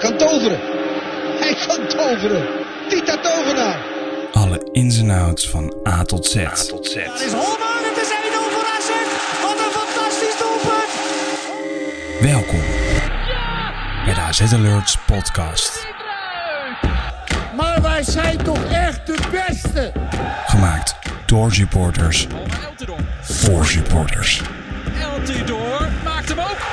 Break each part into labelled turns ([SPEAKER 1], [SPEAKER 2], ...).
[SPEAKER 1] kan toveren. Hij kan toveren. Tita Tovenaar.
[SPEAKER 2] Alle ins en outs van A tot Z.
[SPEAKER 3] Het is Holman, het is 1-0 voor AZ. Wat een fantastisch doelpunt.
[SPEAKER 2] Welkom bij de AZ Alerts podcast.
[SPEAKER 4] Maar wij zijn toch echt de beste.
[SPEAKER 2] Gemaakt door supporters. Voor supporters.
[SPEAKER 3] Eltidoor maakt hem ook.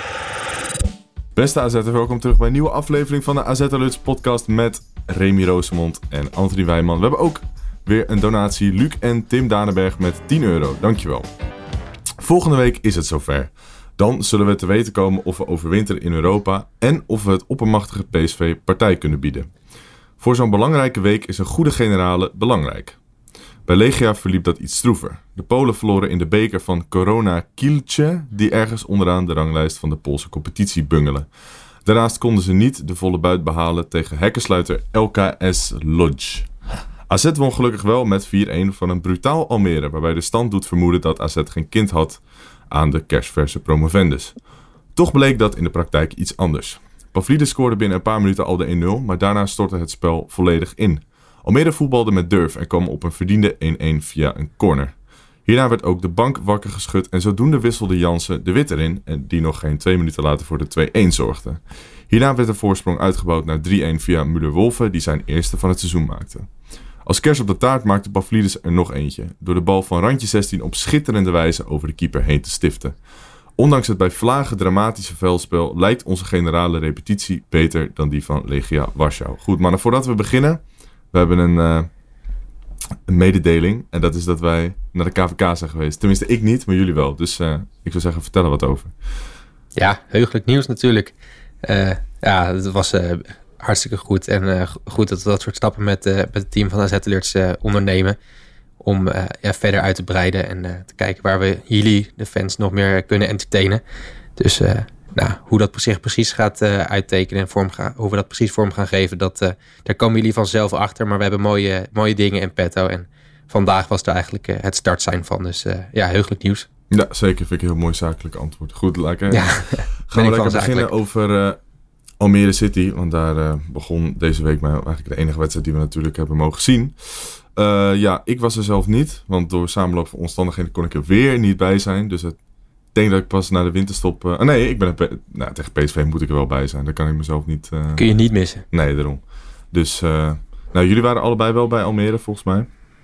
[SPEAKER 5] Beste AZ'ers, welkom terug bij een nieuwe aflevering van de AZ Alerts podcast met Remy Roosemond en Anthony Wijman. We hebben ook weer een donatie, Luc en Tim Danenberg met €10. Dankjewel. Volgende week is het zover. Dan zullen we te weten komen of we overwinteren in Europa en of we het oppermachtige PSV partij kunnen bieden. Voor zo'n belangrijke week is een goede generale belangrijk. Bij Legia verliep dat iets stroever. De Polen verloren in de beker van Korona Kielce, die ergens onderaan de ranglijst van de Poolse competitie bungelen. Daarnaast konden ze niet de volle buit behalen tegen hekkensluiter LKS Lodz. AZ won gelukkig wel met 4-1 van een brutaal Almere, waarbij de stand doet vermoeden dat AZ geen kind had aan de kersverse promovendus. Toch bleek dat in de praktijk iets anders. Pavlidis scoorde binnen een paar minuten al de 1-0, maar daarna stortte het spel volledig in. Almere voetbalde met durf en kwam op een verdiende 1-1 via een corner. Hierna werd ook de bank wakker geschud en zodoende wisselde Jansen de Wit erin, en die nog geen 2 minuten later voor de 2-1 zorgde. Hierna werd de voorsprong uitgebouwd naar 3-1 via Müller-Wolfe, die zijn eerste van het seizoen maakte. Als kers op de taart maakte Pavlidis er nog eentje, door de bal van randje 16 op schitterende wijze over de keeper heen te stiften. Ondanks het bij vlagen dramatische veldspel lijkt onze generale repetitie beter dan die van Legia Warschau. Goed mannen, voordat we beginnen, we hebben een mededeling. En dat is dat wij naar de KVK zijn geweest. Tenminste, ik niet, maar jullie wel. Dus ik zou zeggen, vertel er wat over.
[SPEAKER 6] Ja, heugelijk nieuws natuurlijk. Het was hartstikke goed. En goed dat we dat soort stappen met het team van AZ Alerts ondernemen. Om verder uit te breiden en te kijken waar we jullie, de fans, nog meer kunnen entertainen. Dus hoe dat zich precies gaat uittekenen en hoe we dat precies vorm gaan geven, daar komen jullie vanzelf achter. Maar we hebben mooie dingen in petto. En vandaag was er eigenlijk het startsein van. Dus heugelijk nieuws.
[SPEAKER 5] Ja, zeker. Vind ik een heel mooi zakelijk antwoord. Goed, lekker.
[SPEAKER 6] Ja,
[SPEAKER 5] gaan we lekker beginnen over Almere City. Want daar begon deze week eigenlijk de enige wedstrijd die we natuurlijk hebben mogen zien. Ik was er zelf niet. Want door samenloop van omstandigheden kon ik er weer niet bij zijn. Dus ik denk dat ik pas na de winterstop... tegen PSV moet ik er wel bij zijn. Daar kan ik mezelf niet...
[SPEAKER 6] Kun je niet missen.
[SPEAKER 5] Nee, daarom. Dus jullie waren allebei wel bij Almere volgens mij.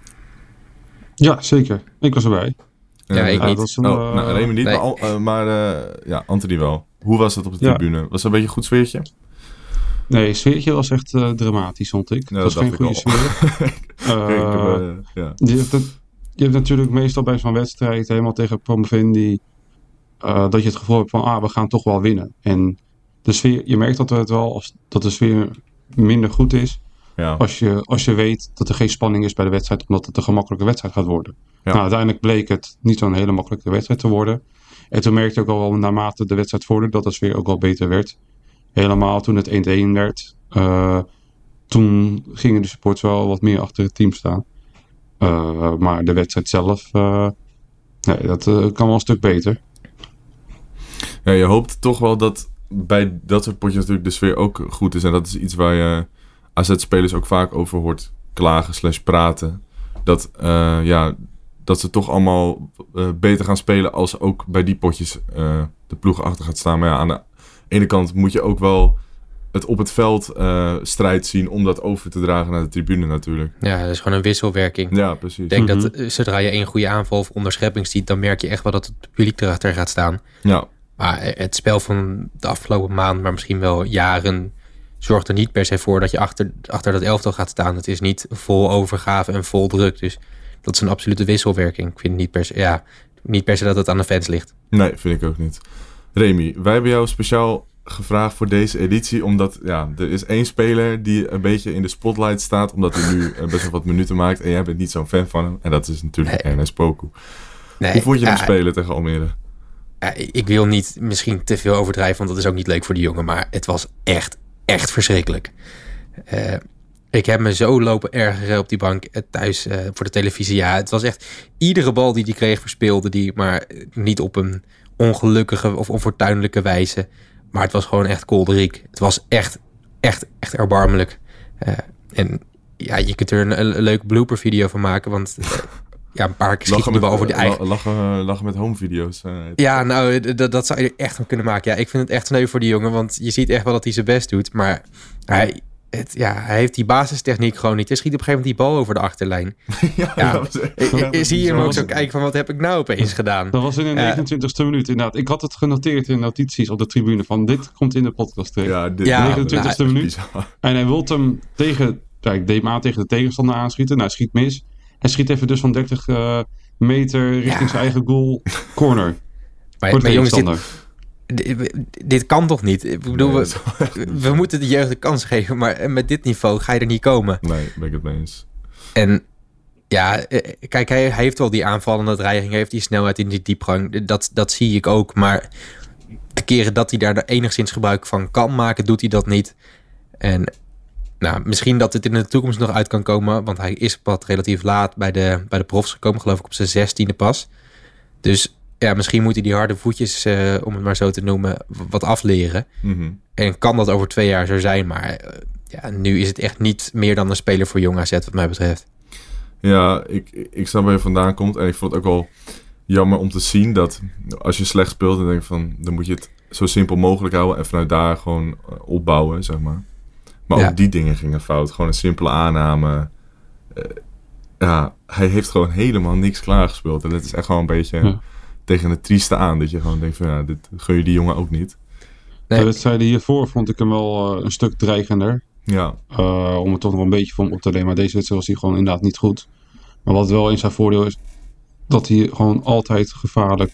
[SPEAKER 7] Ja, zeker. Ik was erbij.
[SPEAKER 6] Ja, ik niet.
[SPEAKER 5] Remy niet, nee. maar Anthony wel. Hoe was het op de tribune? Was het een beetje een goed sfeertje?
[SPEAKER 7] Nee, het sfeertje was echt dramatisch, vond ik.
[SPEAKER 5] Ja,
[SPEAKER 7] het was geen goede sfeer. Je hebt natuurlijk meestal bij zo'n wedstrijd, helemaal tegen promovendi, dat je het gevoel hebt van, we gaan toch wel winnen. En de sfeer, je merkt dat de sfeer minder goed is. Ja. Als je weet dat er geen spanning is bij de wedstrijd, omdat het een gemakkelijke wedstrijd gaat worden. Ja. Uiteindelijk bleek het niet zo'n hele makkelijke wedstrijd te worden. En toen merkte ik ook al naarmate de wedstrijd vorderde dat de sfeer ook wel beter werd. Helemaal toen het 1-1 werd. Toen gingen de supporters wel wat meer achter het team staan. Maar de wedstrijd zelf, dat kan wel een stuk beter.
[SPEAKER 5] Ja, je hoopt toch wel dat bij dat soort potjes natuurlijk de sfeer ook goed is. En dat is iets waar je AZ-spelers ook vaak over hoort klagen / praten. Dat ze toch allemaal beter gaan spelen als ook bij die potjes de ploeg achter gaat staan. Maar aan de ene kant moet je ook wel het op het veld strijd zien om dat over te dragen naar de tribune natuurlijk. Ja,
[SPEAKER 6] dat is gewoon een wisselwerking.
[SPEAKER 5] Ja, precies.
[SPEAKER 6] Ik denk dat zodra je één goede aanval of onderschepping ziet, dan merk je echt wel dat het publiek erachter gaat staan. Ja. Maar het spel van de afgelopen maand, maar misschien wel jaren, zorgt er niet per se voor dat je achter dat elftal gaat staan. Het is niet vol overgave en vol druk. Dus dat is een absolute wisselwerking. Ik vind niet per se dat het aan de fans ligt.
[SPEAKER 5] Nee, vind ik ook niet. Remy, wij hebben jou speciaal gevraagd voor deze editie, omdat er is één speler die een beetje in de spotlight staat, omdat hij nu best wel wat minuten maakt en jij bent niet zo'n fan van hem. En dat is natuurlijk Ernest Poku. Nee, hoe vond je hem spelen tegen Almere?
[SPEAKER 6] Ik wil niet misschien te veel overdrijven, want dat is ook niet leuk voor die jongen, maar het was echt verschrikkelijk. Ik heb me zo lopen ergeren op die bank thuis voor de televisie. Ja, het was echt iedere bal die hij kreeg verspeelde die, maar niet op een ongelukkige of onfortuinlijke wijze. Maar het was gewoon echt kolderiek. Het was echt echt erbarmelijk. En ja, je kunt er een leuke blooper video van maken, want een paar keer schiet hij de bal over de eigen...
[SPEAKER 5] Lachen met home video's.
[SPEAKER 6] Ja, nou, dat zou je er echt van kunnen maken. Ja, ik vind het echt sneu voor die jongen, want je ziet echt wel dat hij zijn best doet, maar hij heeft die basistechniek gewoon niet. Hij schiet op een gegeven moment die bal over de achterlijn. Zie je hem ook zo kijken van, wat heb ik nou opeens gedaan?
[SPEAKER 7] Dat was in de 29e minuut, inderdaad. Ik had het genoteerd in notities op de tribune van, dit komt in de podcast terecht.
[SPEAKER 5] Ja,
[SPEAKER 7] 29e minuut. En hij wil hem tegen de tegenstander aanschieten. Nou, hij schiet mis. Hij schiet even dus van 30 meter richting zijn eigen goal. Corner.
[SPEAKER 6] Maar jongens, dit kan toch niet? Ik bedoel, we moeten de jeugd de kans geven, maar met dit niveau ga je er niet komen.
[SPEAKER 5] Nee, ben ik het mee eens.
[SPEAKER 6] En ja, kijk, hij heeft wel die aanvallende dreiging, hij heeft die snelheid in die diepgang. Dat zie ik ook, maar de keren dat hij daar enigszins gebruik van kan maken, doet hij dat niet. En nou, misschien dat het in de toekomst nog uit kan komen, want hij is pas relatief laat bij de profs gekomen, geloof ik op zijn 16e pas. Dus ja, misschien moet hij die harde voetjes, om het maar zo te noemen, wat afleren. Mm-hmm. En kan dat over 2 jaar zo zijn, maar nu is het echt niet meer dan een speler voor Jong AZ wat mij betreft.
[SPEAKER 5] Ja, ik snap waar je vandaan komt en ik vond het ook wel jammer om te zien dat als je slecht speelt, dan denk ik van, dan moet je het zo simpel mogelijk houden en vanuit daar gewoon opbouwen, zeg maar. Maar ook die dingen gingen fout. Gewoon een simpele aanname. Hij heeft gewoon helemaal niks klaargespeeld. En dat is echt gewoon een beetje tegen het trieste aan. Dat je gewoon denkt van, dit gun je die jongen ook niet.
[SPEAKER 7] Nee. De wedstrijden hiervoor vond ik hem wel een stuk dreigender.
[SPEAKER 5] Ja.
[SPEAKER 7] Om het toch nog een beetje voor hem op te nemen. Maar deze wedstrijd was hij gewoon inderdaad niet goed. Maar wat wel in zijn voordeel is, dat hij gewoon altijd gevaarlijk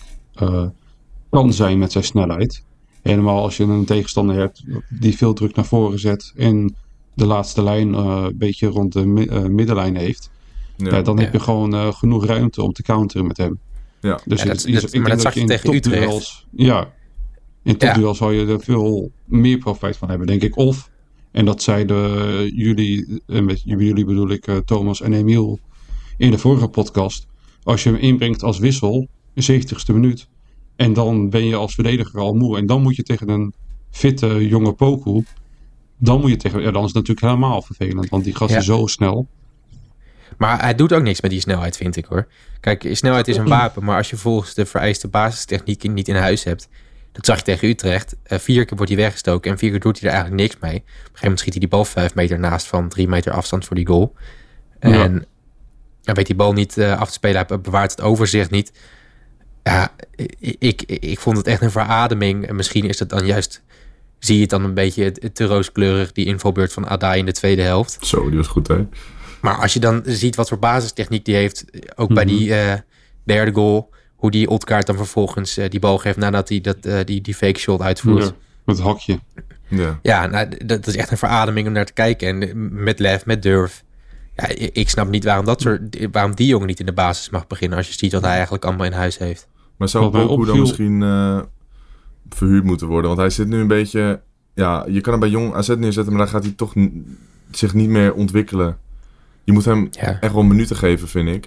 [SPEAKER 7] kan zijn met zijn snelheid. Helemaal als je een tegenstander hebt die veel druk naar voren zet en de laatste lijn een beetje rond de middenlijn heeft. Dan heb je gewoon genoeg ruimte om te counteren met hem.
[SPEAKER 5] Ja.
[SPEAKER 7] Dus
[SPEAKER 6] maar dat zag je tegen Utrecht.
[SPEAKER 7] In topduels zou je er veel meer profijt van hebben, denk ik. Of, en dat zeiden jullie, en met jullie bedoel ik Thomas en Emiel in de vorige podcast. Als je hem inbrengt als wissel, in 70ste minuut, en dan ben je als verdediger al moe. En dan moet je tegen een fitte jonge Poku. Dan is het natuurlijk helemaal vervelend. Want die gast is zo snel.
[SPEAKER 6] Maar hij doet ook niks met die snelheid, vind ik hoor. Kijk, snelheid is een wapen. Maar als je volgens de vereiste basistechniek niet in huis hebt. Dat zag je tegen Utrecht. 4 keer wordt hij weggestoken. En 4 keer doet hij er eigenlijk niks mee. Op een gegeven moment schiet hij die bal 5 meter naast van 3 meter afstand voor die goal. En dan weet die bal niet af te spelen. Hij bewaart het overzicht niet. Ja, ik vond het echt een verademing. En misschien is het dan juist, zie je het dan een beetje te rooskleurig, die invalbeurt van Adai in de tweede helft.
[SPEAKER 5] Zo, die was goed, hè?
[SPEAKER 6] Maar als je dan ziet wat voor basistechniek die heeft, ook bij die derde goal, hoe die Odgaard dan vervolgens die bal geeft nadat hij die fake shot uitvoert.
[SPEAKER 7] Ja, met het hakje.
[SPEAKER 6] Ja, nou, dat is echt een verademing om naar te kijken. En met lef, met durf. Ja, ik snap niet waarom die jongen niet in de basis mag beginnen als je ziet wat hij eigenlijk allemaal in huis heeft.
[SPEAKER 5] Maar zou Poku dan misschien verhuurd moeten worden? Want hij zit nu een beetje... Ja, je kan hem bij Jong AZ neerzetten, maar dan gaat hij toch zich niet meer ontwikkelen. Je moet hem echt wel minuten geven, vind ik.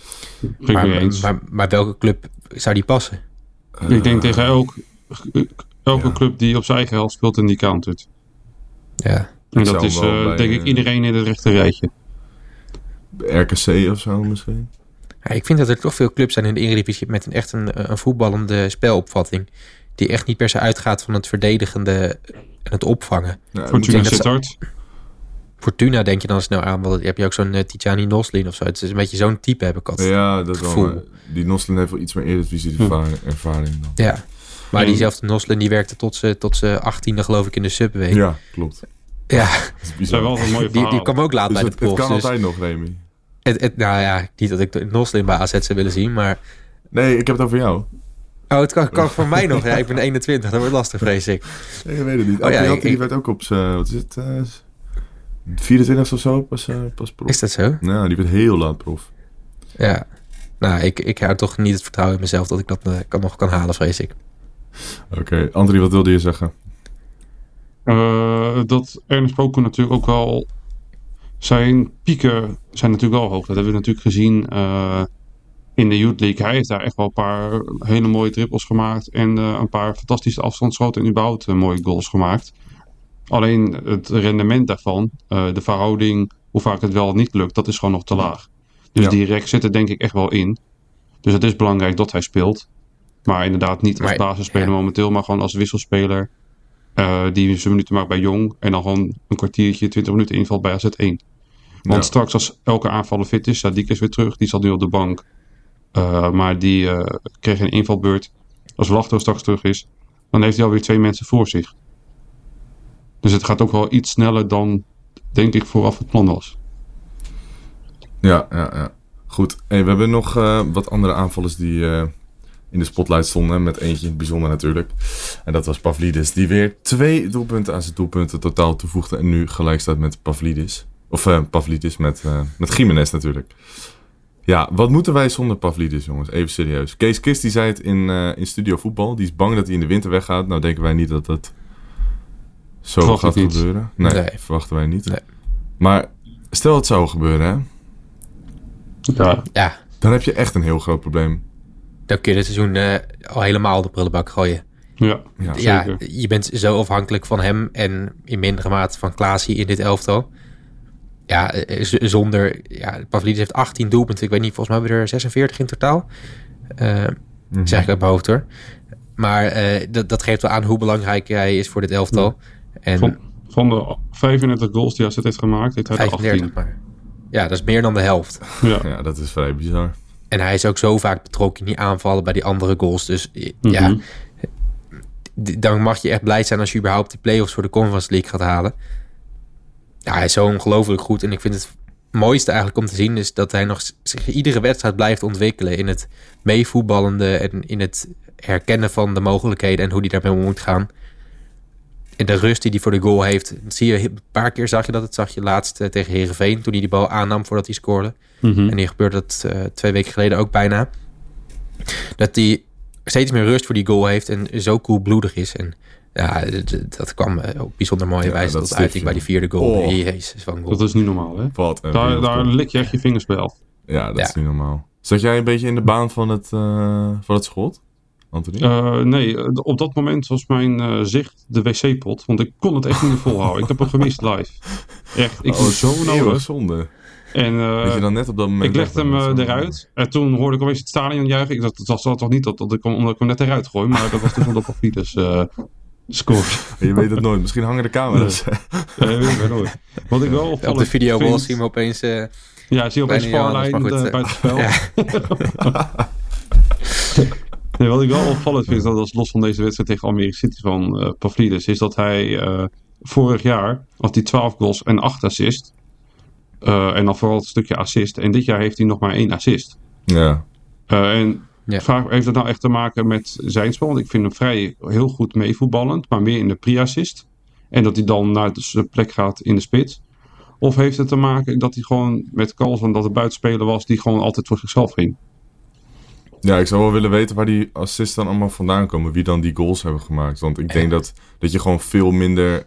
[SPEAKER 6] Maar welke club zou die passen?
[SPEAKER 7] Ik denk tegen elke club die op zijn eigen helft speelt en die countert.
[SPEAKER 6] Ja.
[SPEAKER 7] En dat is denk ik iedereen in het rechte rijtje.
[SPEAKER 5] RKC of zo misschien?
[SPEAKER 6] Ja, ik vind dat er toch veel clubs zijn in de Eredivisie met een voetballende spelopvatting. Die echt niet per se uitgaat van het verdedigende en het opvangen.
[SPEAKER 7] Ja, Fortuna Sittard.
[SPEAKER 6] Fortuna denk je dan snel aan, want heb je ook zo'n Tijani Noslin of zo. Het is een beetje zo'n type, heb ik altijd.
[SPEAKER 5] Ja, dat is wel. Die Noslin heeft wel iets meer Eredivisie ervaring dan.
[SPEAKER 6] Ja, maar diezelfde Noslin die werkte tot ze 18e geloof ik in de Subway.
[SPEAKER 5] Ja, klopt.
[SPEAKER 6] Ja,
[SPEAKER 7] dat zijn wel een mooie verhaal.
[SPEAKER 6] Die kwam ook laat
[SPEAKER 5] dus
[SPEAKER 6] bij de profs.
[SPEAKER 5] Het kan altijd nog, Remy.
[SPEAKER 6] Nou ja, niet dat ik Noslin bij AZ zou willen zien, maar...
[SPEAKER 5] Nee, ik heb het over jou.
[SPEAKER 6] Oh, het kan voor mij nog. Ja, ik ben 21, dat wordt lastig, vrees ik.
[SPEAKER 5] Nee, ik weet het niet. Die werd ook op zijn... Wat is het? 24 of zo pas prof.
[SPEAKER 6] Is dat zo?
[SPEAKER 5] Nou, die werd heel laat prof.
[SPEAKER 6] Ja. Nou, ik heb toch niet het vertrouwen in mezelf dat ik dat nog kan halen, vrees ik.
[SPEAKER 5] Oké. André, wat wilde je zeggen?
[SPEAKER 7] Dat Ernest Poku natuurlijk ook wel... Zijn pieken zijn natuurlijk wel hoog. Dat hebben we natuurlijk gezien in de Youth League. Hij heeft daar echt wel een paar hele mooie dribbels gemaakt. En een paar fantastische afstandsschoten en überhaupt mooie goals gemaakt. Alleen het rendement daarvan, de verhouding, hoe vaak het wel niet lukt, dat is gewoon nog te laag. Dus die rek zit er denk ik echt wel in. Dus het is belangrijk dat hij speelt. Maar inderdaad niet als basisspeler momenteel, maar gewoon als wisselspeler. Die zijn minuten maakt bij Jong. En dan gewoon een kwartiertje, 20 minuten invalt bij AZ1. Want straks als elke aanvaller fit is, Sadiq is weer terug. Die zat nu op de bank. Maar die kreeg een invalbeurt. Als Wachter straks terug is, dan heeft hij alweer 2 mensen voor zich. Dus het gaat ook wel iets sneller dan, denk ik, vooraf het plan was.
[SPEAKER 5] Ja. Goed. Hey, we hebben nog wat andere aanvallers die in de spotlight stonden. Met eentje in het bijzonder natuurlijk. En dat was Pavlidis. Die weer 2 doelpunten aan zijn doelpunten totaal toevoegde. En nu gelijk staat met Pavlidis. Of Pavlidis met Gimenez natuurlijk. Ja, wat moeten wij zonder Pavlidis, jongens? Even serieus. Kees Kist die zei het in Studio Voetbal. Die is bang dat hij in de winter weggaat. Nou denken wij niet dat dat zo gaat gebeuren. Nee, verwachten wij niet. Nee. Maar stel het zou gebeuren, hè?
[SPEAKER 6] Ja.
[SPEAKER 5] Dan heb je echt een heel groot probleem.
[SPEAKER 6] Dan kun je dit seizoen al helemaal de prullenbak gooien.
[SPEAKER 7] Ja,
[SPEAKER 6] je bent zo afhankelijk van hem en in mindere mate van Klaasie in dit elftal. Ja, zonder... Ja, Pavlidis heeft 18 doelpunten. Ik weet niet, volgens mij hebben we er 46 in totaal. Zeg ik uit mijn hoofd hoor. Maar dat geeft wel aan hoe belangrijk hij is voor dit elftal. En
[SPEAKER 7] van de 35 goals die AZ heeft gemaakt, heeft hij 35, 18.
[SPEAKER 6] Maar. Ja, dat is meer dan de helft.
[SPEAKER 5] Ja, dat is vrij bizar.
[SPEAKER 6] En hij is ook zo vaak betrokken in die aanvallen bij die andere goals. Dus ja, dan mag je echt blij zijn als je überhaupt die play-offs voor de Conference League gaat halen. Ja, hij is zo ongelooflijk goed. En ik vind het mooiste eigenlijk om te zien is dat hij nog zich iedere wedstrijd blijft ontwikkelen in het meevoetballende en in het herkennen van de mogelijkheden en hoe hij daarmee om moet gaan. En de rust die hij voor de goal heeft, zie je een paar keer zag je laatst tegen Heerenveen toen hij die bal aannam voordat hij scoorde. En die gebeurde dat 2 weken geleden ook bijna. Dat hij steeds meer rust voor die goal heeft en zo koelbloedig is. En ja, dat kwam op bijzonder mooie wijze tot uiting bij die 4e goal. Jezus, van goal.
[SPEAKER 7] Dat is niet normaal, hè? Daar lik je echt je vingers bij af.
[SPEAKER 5] Ja, dat is niet normaal. Zat jij een beetje in de baan van het schot, Anthony?
[SPEAKER 7] Nee, op dat moment was mijn zicht de wc-pot. Want ik kon het echt niet meer volhouden. Ik heb hem gemist live. Echt, ik was zo nodig.
[SPEAKER 5] Zonde.
[SPEAKER 7] En
[SPEAKER 5] dat je dan net op dat moment
[SPEAKER 7] ik legde hem eruit. En toen hoorde ik opeens het stadion juichen. Dat was toch niet omdat ik hem net eruit gooi. Maar dat was dus omdat Pavlidis scoorde.
[SPEAKER 5] Je weet het nooit. Misschien hangen de camera's.
[SPEAKER 7] Nee, weet ik nooit. Wat ik wel
[SPEAKER 6] op de video zien we opeens...
[SPEAKER 7] zie je opeens Sparlijn buitenspel. Ja. Nee, wat ik wel opvallend vind, dat is los van deze wedstrijd tegen Almere City van Pavlidis, is dat hij vorig jaar had hij 12 goals en 8 assists. En dan vooral het stukje assist. En dit jaar heeft hij nog maar 1 assist.
[SPEAKER 5] Ja.
[SPEAKER 7] Vaak heeft dat nou echt te maken met zijn spel. Want ik vind hem heel goed meevoetballend, maar meer in de pre-assist. En dat hij dan naar zijn plek gaat in de spits. Of heeft het te maken dat hij gewoon met Carlson, dat het buitenspeler was, die gewoon altijd voor zichzelf ging?
[SPEAKER 5] Ja, ik zou wel willen weten waar die assists dan allemaal vandaan komen. Wie dan die goals hebben gemaakt. Want ik denk dat je gewoon veel minder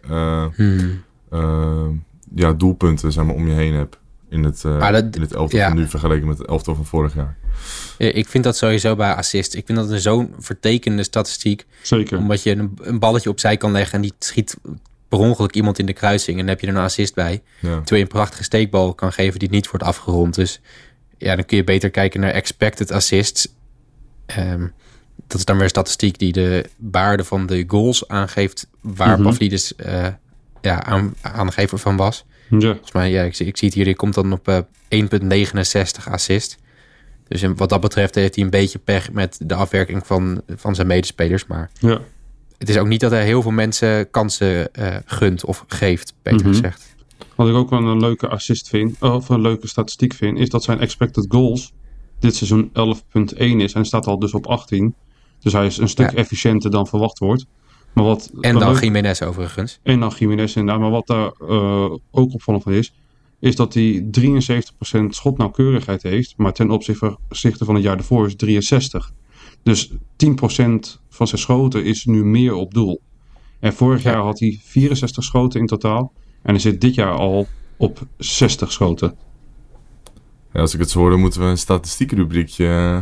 [SPEAKER 5] doelpunten zeg maar, om je heen hebt. In het elftal van nu vergeleken met het elftal van vorig jaar.
[SPEAKER 6] Ja, ik vind dat sowieso bij assist. Ik vind dat zo'n vertekende statistiek.
[SPEAKER 7] Zeker.
[SPEAKER 6] Omdat je een balletje opzij kan leggen en die schiet per ongeluk iemand in de kruising. En dan heb je er een assist bij. Ja. Terwijl je een prachtige steekbal kan geven die niet wordt afgerond. Dus ja, dan kun je beter kijken naar expected assists. Dat is dan weer een statistiek die de waarde van de goals aangeeft waar Pavlidis aangever van was.
[SPEAKER 7] Ja.
[SPEAKER 6] Volgens mij, ik zie het hier, die komt dan op 1,69 assist. Dus wat dat betreft heeft hij een beetje pech met de afwerking van zijn medespelers. Maar het is ook niet dat hij heel veel mensen kansen gunt of geeft, beter gezegd.
[SPEAKER 7] Wat ik ook wel een leuke assist vind, of een leuke statistiek vind, is dat zijn expected goals dit seizoen 11,1 is. En staat al dus op 18. Dus hij is een stuk efficiënter dan verwacht wordt. Maar
[SPEAKER 6] en dan Gimenez overigens.
[SPEAKER 7] En dan Gimenez inderdaad. Maar wat daar ook opvallend van is dat hij 73% schotnauwkeurigheid heeft. Maar ten opzichte van het jaar ervoor is 63. Dus 10% van zijn schoten is nu meer op doel. En vorig jaar had hij 64 schoten in totaal. En hij zit dit jaar al op 60 schoten.
[SPEAKER 5] Ja, als ik het zo hoor, dan moeten we een statistiekrubriekje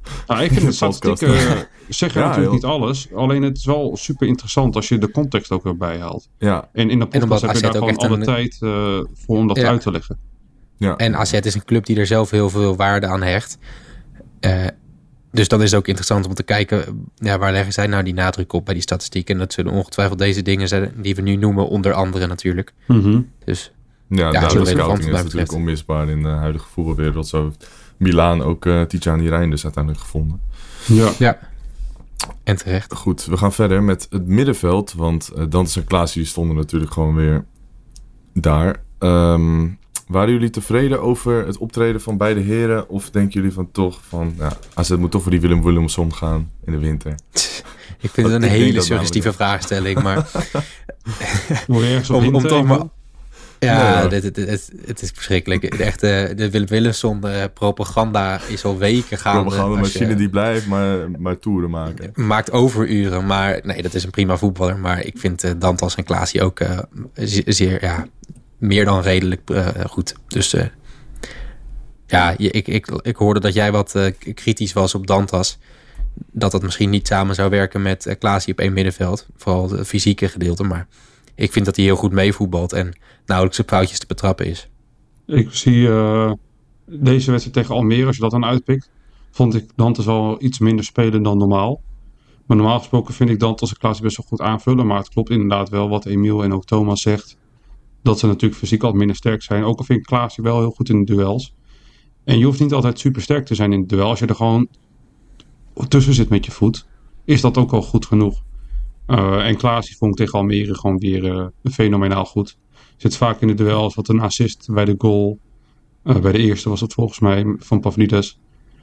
[SPEAKER 7] Nou, ik vind de statistieken zeggen natuurlijk
[SPEAKER 5] heel...
[SPEAKER 7] niet alles. Alleen het is wel super interessant als je de context ook erbij haalt.
[SPEAKER 5] Ja.
[SPEAKER 7] En in de podcast heb je daar gewoon alle tijd voor om dat uit te leggen.
[SPEAKER 5] Ja.
[SPEAKER 6] En AZ is een club die er zelf heel veel waarde aan hecht. Dus dan is het ook interessant om te kijken... waar leggen zij nou die nadruk op bij die statistiek. En dat zullen ongetwijfeld deze dingen zijn die we nu noemen, onder andere natuurlijk.
[SPEAKER 7] Mm-hmm.
[SPEAKER 6] Dus
[SPEAKER 5] ja, de scouting is natuurlijk onmisbaar in de huidige voetbalwereld. Zo heeft Milaan ook Tijani Reinders uiteindelijk gevonden.
[SPEAKER 6] Ja, en terecht.
[SPEAKER 5] Goed, we gaan verder met het middenveld. Want Dantes en Klaasie stonden natuurlijk gewoon weer daar. Waren jullie tevreden over het optreden van beide heren? Of denken jullie van toch van... AZ moet toch voor die Willem Willemsson gaan in de winter?
[SPEAKER 6] Ik vind het een hele suggestieve vraagstelling, maar... om toch maar... Ja, het is verschrikkelijk. Echt, de Willem Willemsson propaganda is al weken gaande.
[SPEAKER 5] Propagandamachine die blijft maar toeren maken.
[SPEAKER 6] Maakt overuren, maar nee, dat is een prima voetballer. Maar ik vind Dantas en Klaasie ook zeer, meer dan redelijk goed. Dus ik hoorde dat jij wat kritisch was op Dantas. Dat misschien niet samen zou werken met Klaasie op één middenveld. Vooral het fysieke gedeelte, maar... Ik vind dat hij heel goed meevoetbalt en nauwelijks op foutjes te betrappen is.
[SPEAKER 7] Ik zie deze wedstrijd tegen Almere, als je dat dan uitpikt, vond ik Dantes wel iets minder spelen dan normaal. Maar normaal gesproken vind ik Dantes en Klaasie best wel goed aanvullen. Maar het klopt inderdaad wel wat Emiel en ook Thomas zegt. Dat ze natuurlijk fysiek altijd minder sterk zijn. Ook al vind ik Klaasie wel heel goed in de duels. En je hoeft niet altijd super sterk te zijn in het duel. Als je er gewoon tussen zit met je voet, is dat ook al goed genoeg. En Klaasie vond ik tegen Almere gewoon weer fenomenaal goed. Zit vaak in de duels, had een assist bij de goal. Bij de eerste was het volgens mij van Pavlidis.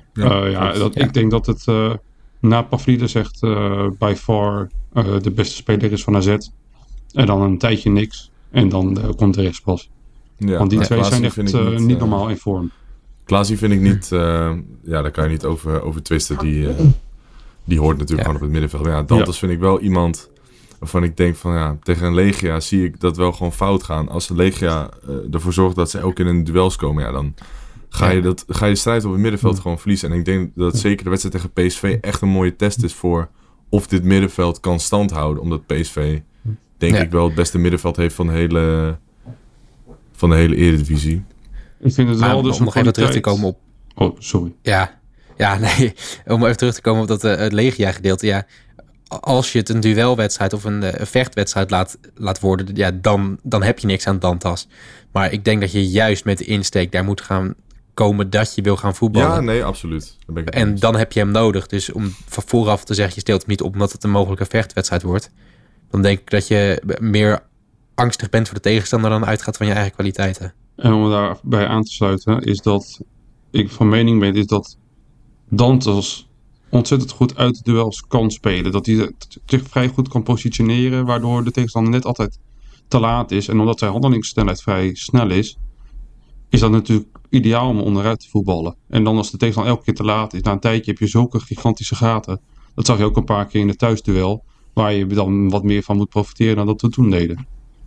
[SPEAKER 7] Ik denk dat het na Pavlidis echt by far de beste speler is van AZ. En dan een tijdje niks. En dan komt de rest pas. Ja, want die twee zijn echt niet normaal in vorm.
[SPEAKER 5] Klaasie vind ik niet... daar kan je niet over twisten. Die hoort natuurlijk gewoon op het middenveld. Ja, Dantes vind ik wel iemand waarvan ik denk van tegen een Legia zie ik dat wel gewoon fout gaan. Als de Legia ervoor zorgt dat ze ook in een duels komen, dan ga je strijd op het middenveld gewoon verliezen. En ik denk dat zeker de wedstrijd tegen PSV echt een mooie test is voor of dit middenveld kan standhouden. Omdat PSV denk ik wel het beste middenveld heeft van de hele Eredivisie.
[SPEAKER 7] Ik vind het wel dus
[SPEAKER 6] om nog even terug te komen op...
[SPEAKER 7] Oh, sorry.
[SPEAKER 6] Ja, nee. Om even terug te komen op dat het Legia-gedeelte. Ja, als je het een duelwedstrijd of een vechtwedstrijd laat worden, dan heb je niks aan Dantas. Maar ik denk dat je juist met de insteek daar moet gaan komen dat je wil gaan voetballen.
[SPEAKER 5] Ja, nee, absoluut.
[SPEAKER 6] En dan heb je hem nodig. Dus om van vooraf te zeggen, je steelt hem niet op omdat het een mogelijke vechtwedstrijd wordt. Dan denk ik dat je meer angstig bent voor de tegenstander dan uitgaat van je eigen kwaliteiten.
[SPEAKER 7] En om daarbij aan te sluiten, is dat ik van mening ben, is dat Dantas ontzettend goed uit de duels kan spelen. Dat hij zich vrij goed kan positioneren, waardoor de tegenstander net altijd te laat is. En omdat zijn handelingssnelheid vrij snel is dat natuurlijk ideaal om onderuit te voetballen. En dan als de tegenstander elke keer te laat is, na een tijdje heb je zulke gigantische gaten. Dat zag je ook een paar keer in het thuisduel, waar je dan wat meer van moet profiteren dan dat we toen deden.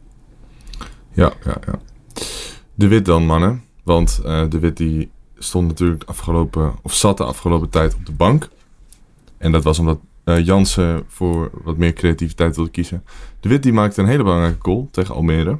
[SPEAKER 5] Ja. De Wit dan, mannen. Want De Wit die stond natuurlijk zat de afgelopen tijd op de bank. En dat was omdat Jansen voor wat meer creativiteit wilde kiezen. De Wit die maakte een hele belangrijke goal tegen Almere.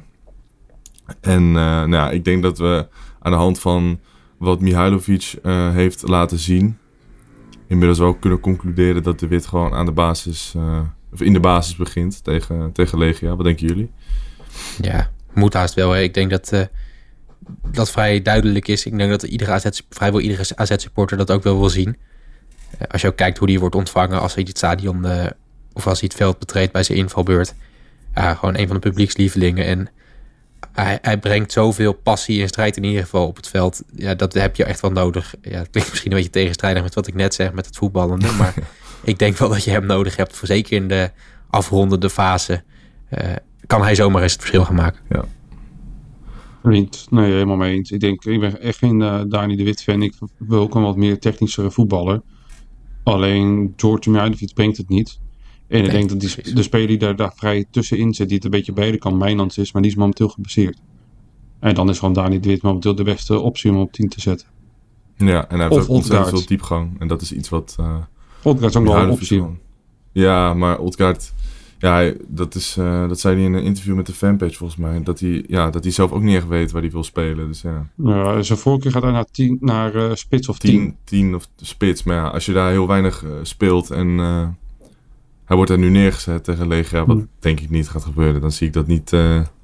[SPEAKER 5] En ik denk dat we aan de hand van wat Mihailovic heeft laten zien, inmiddels wel kunnen concluderen dat De Wit gewoon aan de basis, of in de basis begint tegen Legia. Wat denken jullie? Ja,
[SPEAKER 6] moet haast wel. Hè. Ik denk dat dat vrij duidelijk is. Ik denk dat vrijwel iedere AZ-supporter dat ook wel wil zien. Als je ook kijkt hoe die wordt ontvangen als hij het stadion of als hij het veld betreedt bij zijn invalbeurt. Ja, gewoon een van de publiekslievelingen. En hij brengt zoveel passie en strijd in ieder geval op het veld. Ja, dat heb je echt wel nodig. Ja, het klinkt misschien een beetje tegenstrijdig met wat ik net zeg met het voetballende. Maar ik denk wel dat je hem nodig hebt. Zeker in de afrondende fase kan hij zomaar eens het verschil gaan maken.
[SPEAKER 5] Ja.
[SPEAKER 7] Nee, helemaal mee eens. Ik ben echt geen Dani de Wit fan. Ik wil ook een wat meer technischere voetballer. Alleen George Mihailovic brengt het niet. En ik denk dat de speler die daar vrij tussenin zit, die het een beetje beide kan, Mijnans is, maar die is momenteel geblesseerd. En dan is gewoon Dani de Wit momenteel de beste optie om op 10 te zetten.
[SPEAKER 5] Ja, en hij heeft
[SPEAKER 7] Of
[SPEAKER 5] ook ontzettend veel
[SPEAKER 7] Odgaard.
[SPEAKER 5] diepgang. En dat is iets wat...
[SPEAKER 7] Odgaard is ook nog wel een optie.
[SPEAKER 5] Ja, maar Odgaard... Ja, dat zei hij in een interview met de fanpage volgens mij. Dat hij zelf ook niet echt weet waar hij wil spelen. Dus ja.
[SPEAKER 7] Ja, zijn voorkeur gaat hij naar spits of 10.
[SPEAKER 5] 10 of spits. Maar ja, als je daar heel weinig speelt en hij wordt er nu neergezet tegen Legia, wat denk ik niet gaat gebeuren, dan zie ik dat niet...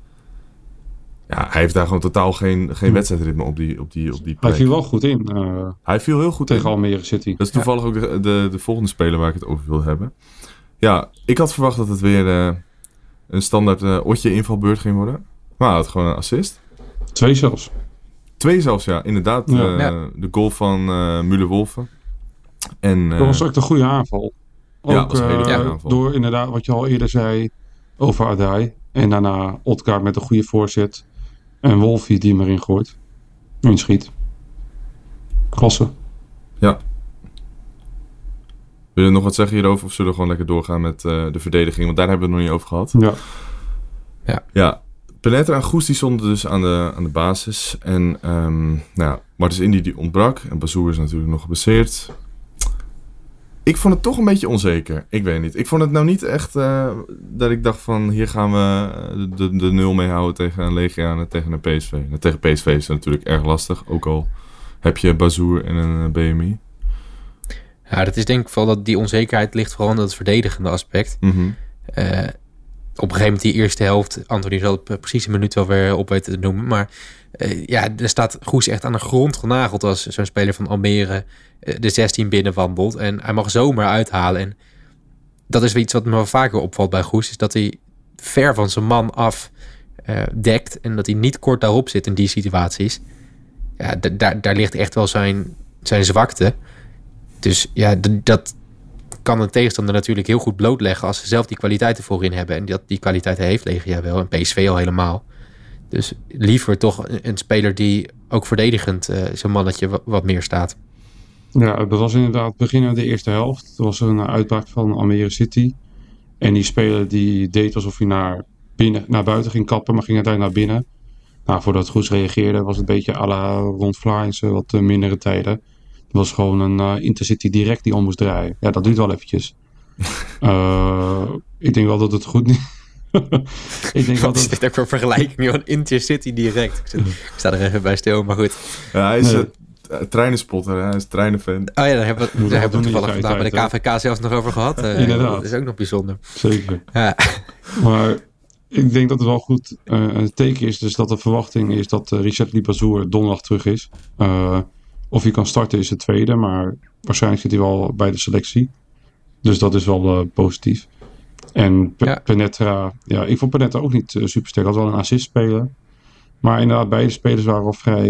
[SPEAKER 5] Ja, hij heeft daar gewoon totaal geen wedstrijdritme op die plek.
[SPEAKER 7] Hij viel wel goed in.
[SPEAKER 5] Hij viel heel goed
[SPEAKER 7] tegen
[SPEAKER 5] in.
[SPEAKER 7] Almere City.
[SPEAKER 5] Dat is toevallig ook de volgende speler waar ik het over wil hebben. Ja, ik had verwacht dat het weer een standaard Otje invalbeurt ging worden. Maar hij had gewoon een assist.
[SPEAKER 7] 2 zelfs.
[SPEAKER 5] 2 zelfs, ja. Inderdaad, de goal van Müller-Wolfen. En,
[SPEAKER 7] dat was ook de goede aanval.
[SPEAKER 5] Ja,
[SPEAKER 7] Ook
[SPEAKER 5] dat was een hele goede aanval.
[SPEAKER 7] door inderdaad wat je al eerder zei over Adai. En daarna Odgaard met een goede voorzet. En Wolfie die hem erin gooit. En schiet. Klasse.
[SPEAKER 5] Ja. Wil je nog wat zeggen hierover? Of zullen we gewoon lekker doorgaan met de verdediging? Want daar hebben we het nog niet over gehad. Ja. Penetra en Goes die stonden dus aan de basis. En Martens Indy die ontbrak. En Bazoer is natuurlijk nog geblesseerd. Ik vond het toch een beetje onzeker. Ik weet niet. Ik vond het nou niet echt dat ik dacht van... hier gaan we de 0 mee houden tegen een Legia en tegen een PSV. Nou, tegen PSV is het natuurlijk erg lastig. Ook al heb je Bazoer en een BMI.
[SPEAKER 6] Ja, dat is denk ik vooral dat die onzekerheid ligt vooral in dat verdedigende aspect.
[SPEAKER 5] Mm-hmm.
[SPEAKER 6] Op een gegeven moment die eerste helft... Anthony zal het precies een minuut wel weer op weten te noemen. Maar er staat Goes echt aan de grond genageld... als zo'n speler van Almere de 16 binnenwandelt. En hij mag zomaar uithalen. En dat is iets wat me wel vaker opvalt bij Goes... is dat hij ver van zijn man af dekt... en dat hij niet kort daarop zit in die situaties. Ja, daar ligt echt wel zijn zwakte. Dus ja, dat kan een tegenstander natuurlijk heel goed blootleggen... als ze zelf die kwaliteiten voorin hebben. En die kwaliteiten heeft Legia wel en PSV al helemaal. Dus liever toch een speler die ook verdedigend zijn mannetje wat meer staat.
[SPEAKER 7] Ja, dat was inderdaad begin de eerste helft. Er was een uitbraak van Almere City. En die speler die deed alsof hij naar buiten ging kappen... maar ging uiteindelijk naar binnen. Nou, voordat Goes reageerde was het een beetje à la rond Vlaarse wat mindere tijden. Het was gewoon een Intercity direct die om moest draaien. Ja, dat duurt wel eventjes. Ik denk wel dat het goed... Ik denk
[SPEAKER 6] Wat is dit ook voor vergelijking? Een Intercity direct. Ik sta er even bij stil, maar goed.
[SPEAKER 5] Ja, hij is treinenspotter, hij is treinenfan.
[SPEAKER 6] Oh ja, daar hebben we het toevallig vandaag bij de KVK zelfs nog over gehad.
[SPEAKER 7] Inderdaad.
[SPEAKER 6] Dat is ook nog bijzonder.
[SPEAKER 7] Zeker.
[SPEAKER 6] Ja.
[SPEAKER 7] Maar ik denk dat het wel goed een teken is. Dus dat de verwachting is dat Richard Libazour donderdag terug is. Of hij kan starten is het tweede. Maar waarschijnlijk zit hij wel bij de selectie. Dus dat is wel positief. En Penetra... Ja, ik vond Penetra ook niet super sterk. Had wel een assist spelen. Maar inderdaad, beide spelers waren al vrij...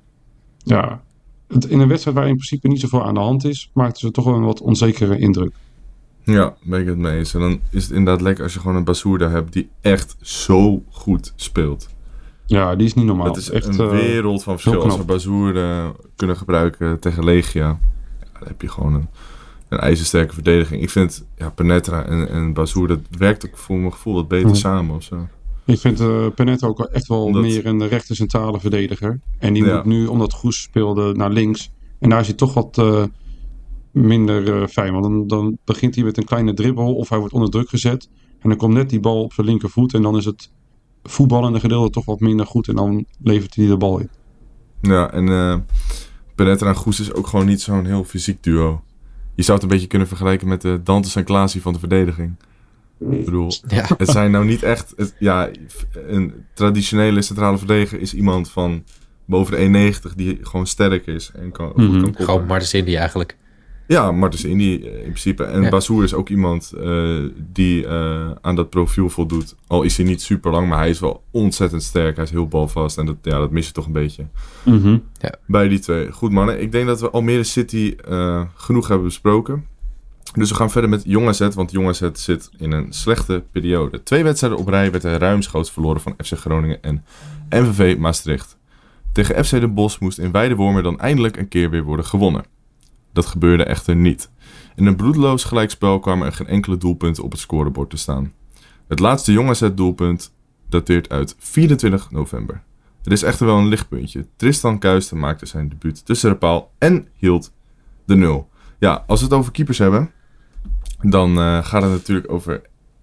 [SPEAKER 7] in een wedstrijd waar in principe niet zoveel aan de hand is... maakten ze toch wel een wat onzekere indruk.
[SPEAKER 5] Ja, ben ik het mee eens. En dan is het inderdaad lekker als je gewoon een Bazoer daar hebt... die echt zo goed speelt.
[SPEAKER 7] Ja, die is niet normaal.
[SPEAKER 5] Dat is
[SPEAKER 7] echt
[SPEAKER 5] een wereld van verschil. Als we Bazoer kunnen gebruiken tegen Legia... dan heb je gewoon een ijzersterke verdediging. Ik vind Penetra en Bazoer... dat werkt ook voor mijn gevoel wat beter samen of zo.
[SPEAKER 7] Ik vind Penetra ook echt wel meer een rechter centrale verdediger. En die moet nu, omdat Goes speelde, naar links. En daar is hij toch wat minder fijn. Want dan begint hij met een kleine dribbel of hij wordt onder druk gezet. En dan komt net die bal op zijn linkervoet. En dan is het voetballende gedeelte toch wat minder goed. En dan levert hij de bal in.
[SPEAKER 5] Ja, en Penetra en Goes is ook gewoon niet zo'n heel fysiek duo. Je zou het een beetje kunnen vergelijken met de Dantes en Klaasie van de verdediging. Ik bedoel, het zijn nou niet echt... een traditionele centrale verdediger is iemand van boven de 1,90 die gewoon sterk is en kan koppen.
[SPEAKER 6] Gewoon Martens Indy eigenlijk.
[SPEAKER 5] Ja, Martens Indy in principe. En Bazoer is ook iemand die aan dat profiel voldoet. Al is hij niet super lang, maar hij is wel ontzettend sterk. Hij is heel balvast en dat mis je toch een beetje.
[SPEAKER 7] Mm-hmm.
[SPEAKER 5] Ja. Bij die twee. Goed mannen, ik denk dat we Almere City genoeg hebben besproken. Dus we gaan verder met Jong AZ, want Jong AZ zit in een slechte periode. 2 wedstrijden op rij werd er ruimschoots verloren van FC Groningen en MVV Maastricht. Tegen FC Den Bosch moest in Weidewormer dan eindelijk een keer weer worden gewonnen. Dat gebeurde echter niet. In een bloedeloos gelijkspel kwamen er geen enkele doelpunten op het scorebord te staan. Het laatste Jong AZ doelpunt dateert uit 24 november. Er is echter wel een lichtpuntje. Tristan Kuysten maakte zijn debuut tussen de paal en hield de 0. Ja, als we het over keepers hebben, dan gaat het natuurlijk over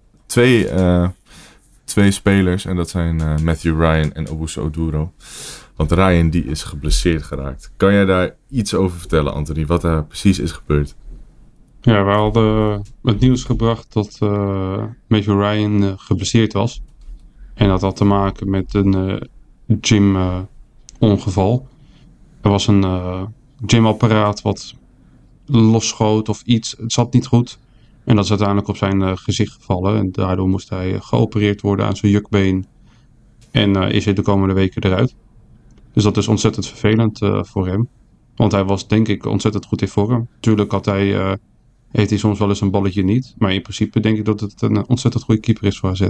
[SPEAKER 5] twee spelers. En dat zijn Matthew Ryan en Owusu Oduro. Want Ryan die is geblesseerd geraakt. Kan jij daar iets over vertellen, Anthony? Wat er precies is gebeurd?
[SPEAKER 7] Ja, we hadden het nieuws gebracht dat Matthew Ryan geblesseerd was. En dat had te maken met een gym-ongeval. Er was een gymapparaat wat losschoot of iets. Het zat niet goed. En dat is uiteindelijk op zijn gezicht gevallen. En daardoor moest hij geopereerd worden aan zijn jukbeen. En is hij de komende weken eruit. Dus dat is ontzettend vervelend voor hem. Want hij was denk ik ontzettend goed in vorm. Tuurlijk heeft hij soms wel eens een balletje niet. Maar in principe denk ik dat het een ontzettend goede keeper is voor AZ.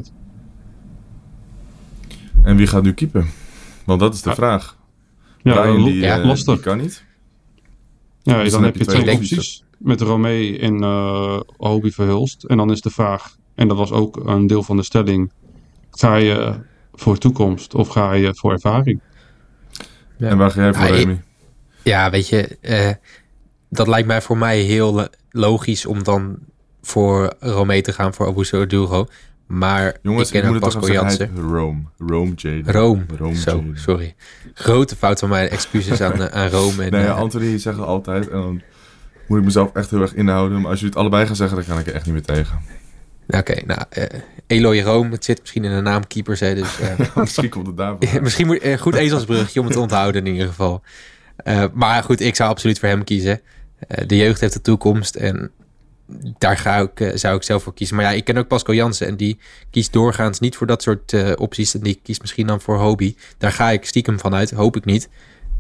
[SPEAKER 5] En wie gaat nu keepen? Want dat is de vraag.
[SPEAKER 7] Ja,
[SPEAKER 5] Ryan die
[SPEAKER 7] lastig.
[SPEAKER 5] Die kan niet.
[SPEAKER 7] Ja,
[SPEAKER 5] Dus
[SPEAKER 7] dan heb je twee opties. Met Romee en Hobie Verhulst. En dan is de vraag, en dat was ook een deel van de stelling. Ga je voor toekomst of ga je voor ervaring?
[SPEAKER 6] Ja.
[SPEAKER 5] En waar ga jij voor, Remy?
[SPEAKER 6] Ja, weet je, dat lijkt mij voor mij heel logisch om dan voor Romee te gaan, voor Owusu Oduro. Maar
[SPEAKER 5] jongens,
[SPEAKER 6] ik ken ook Pascal Jansen.
[SPEAKER 5] Rome Jaden.
[SPEAKER 6] Rome. Zo, sorry. Grote fout van mij, excuses aan Rome.
[SPEAKER 5] Nee, Anthony zegt het altijd en dan moet ik mezelf echt heel erg inhouden. Maar als jullie het allebei gaan zeggen, dan kan ik er echt niet meer tegen.
[SPEAKER 6] Oké, Eloy Rome, het zit misschien in de naam keepers, hè, dus...
[SPEAKER 5] Misschien komt het daarvoor.
[SPEAKER 6] Misschien moet goed ezelsbrugje om het te onthouden in ieder geval. Maar goed, ik zou absoluut voor hem kiezen. De jeugd heeft de toekomst en daar zou ik zelf voor kiezen. Maar ja, ik ken ook Pascal Jansen en die kiest doorgaans niet voor dat soort opties. En die kiest misschien dan voor Hobie. Daar ga ik stiekem van uit, hoop ik niet.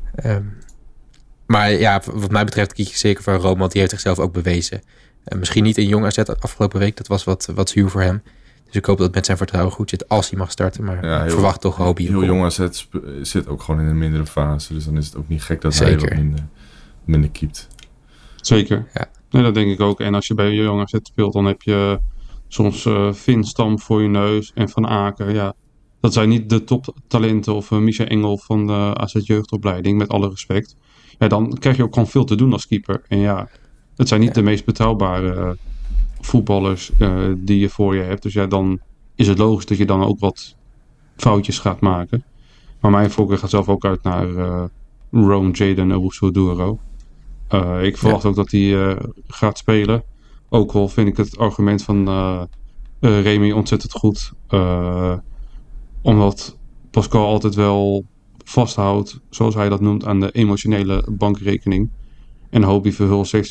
[SPEAKER 6] Maar ja, wat mij betreft kies ik zeker voor Rome, want die heeft zichzelf ook bewezen. Misschien niet in Jong AZ afgelopen week, dat was wat zuur voor hem. Dus ik hoop dat het met zijn vertrouwen goed zit als hij mag starten. Maar ik verwacht toch Hobie.
[SPEAKER 5] Heel Jong AZ zit ook gewoon in een mindere fase. Dus dan is het ook niet gek dat hij wat minder keept.
[SPEAKER 7] Zeker. Ja. Nee, dat denk ik ook. En als je bij Jong AZ speelt, dan heb je soms Finn Stam voor je neus en Van Aken. Ja, dat zijn niet de toptalenten of Micha Engel van de AZ jeugdopleiding, met alle respect. Ja, dan krijg je ook gewoon veel te doen als keeper. En ja, het zijn niet de meest betrouwbare voetballers die je voor je hebt. Dus ja, dan is het logisch dat je dan ook wat foutjes gaat maken. Maar mijn voorkeur gaat zelf ook uit naar Rome Jaden Owusu Oduro. Ik verwacht ook dat hij gaat spelen. Ook al vind ik het argument van Remy ontzettend goed. Omdat Pascal altijd wel vasthoudt, zoals hij dat noemt, aan de emotionele bankrekening. En Hobie Verhulst heeft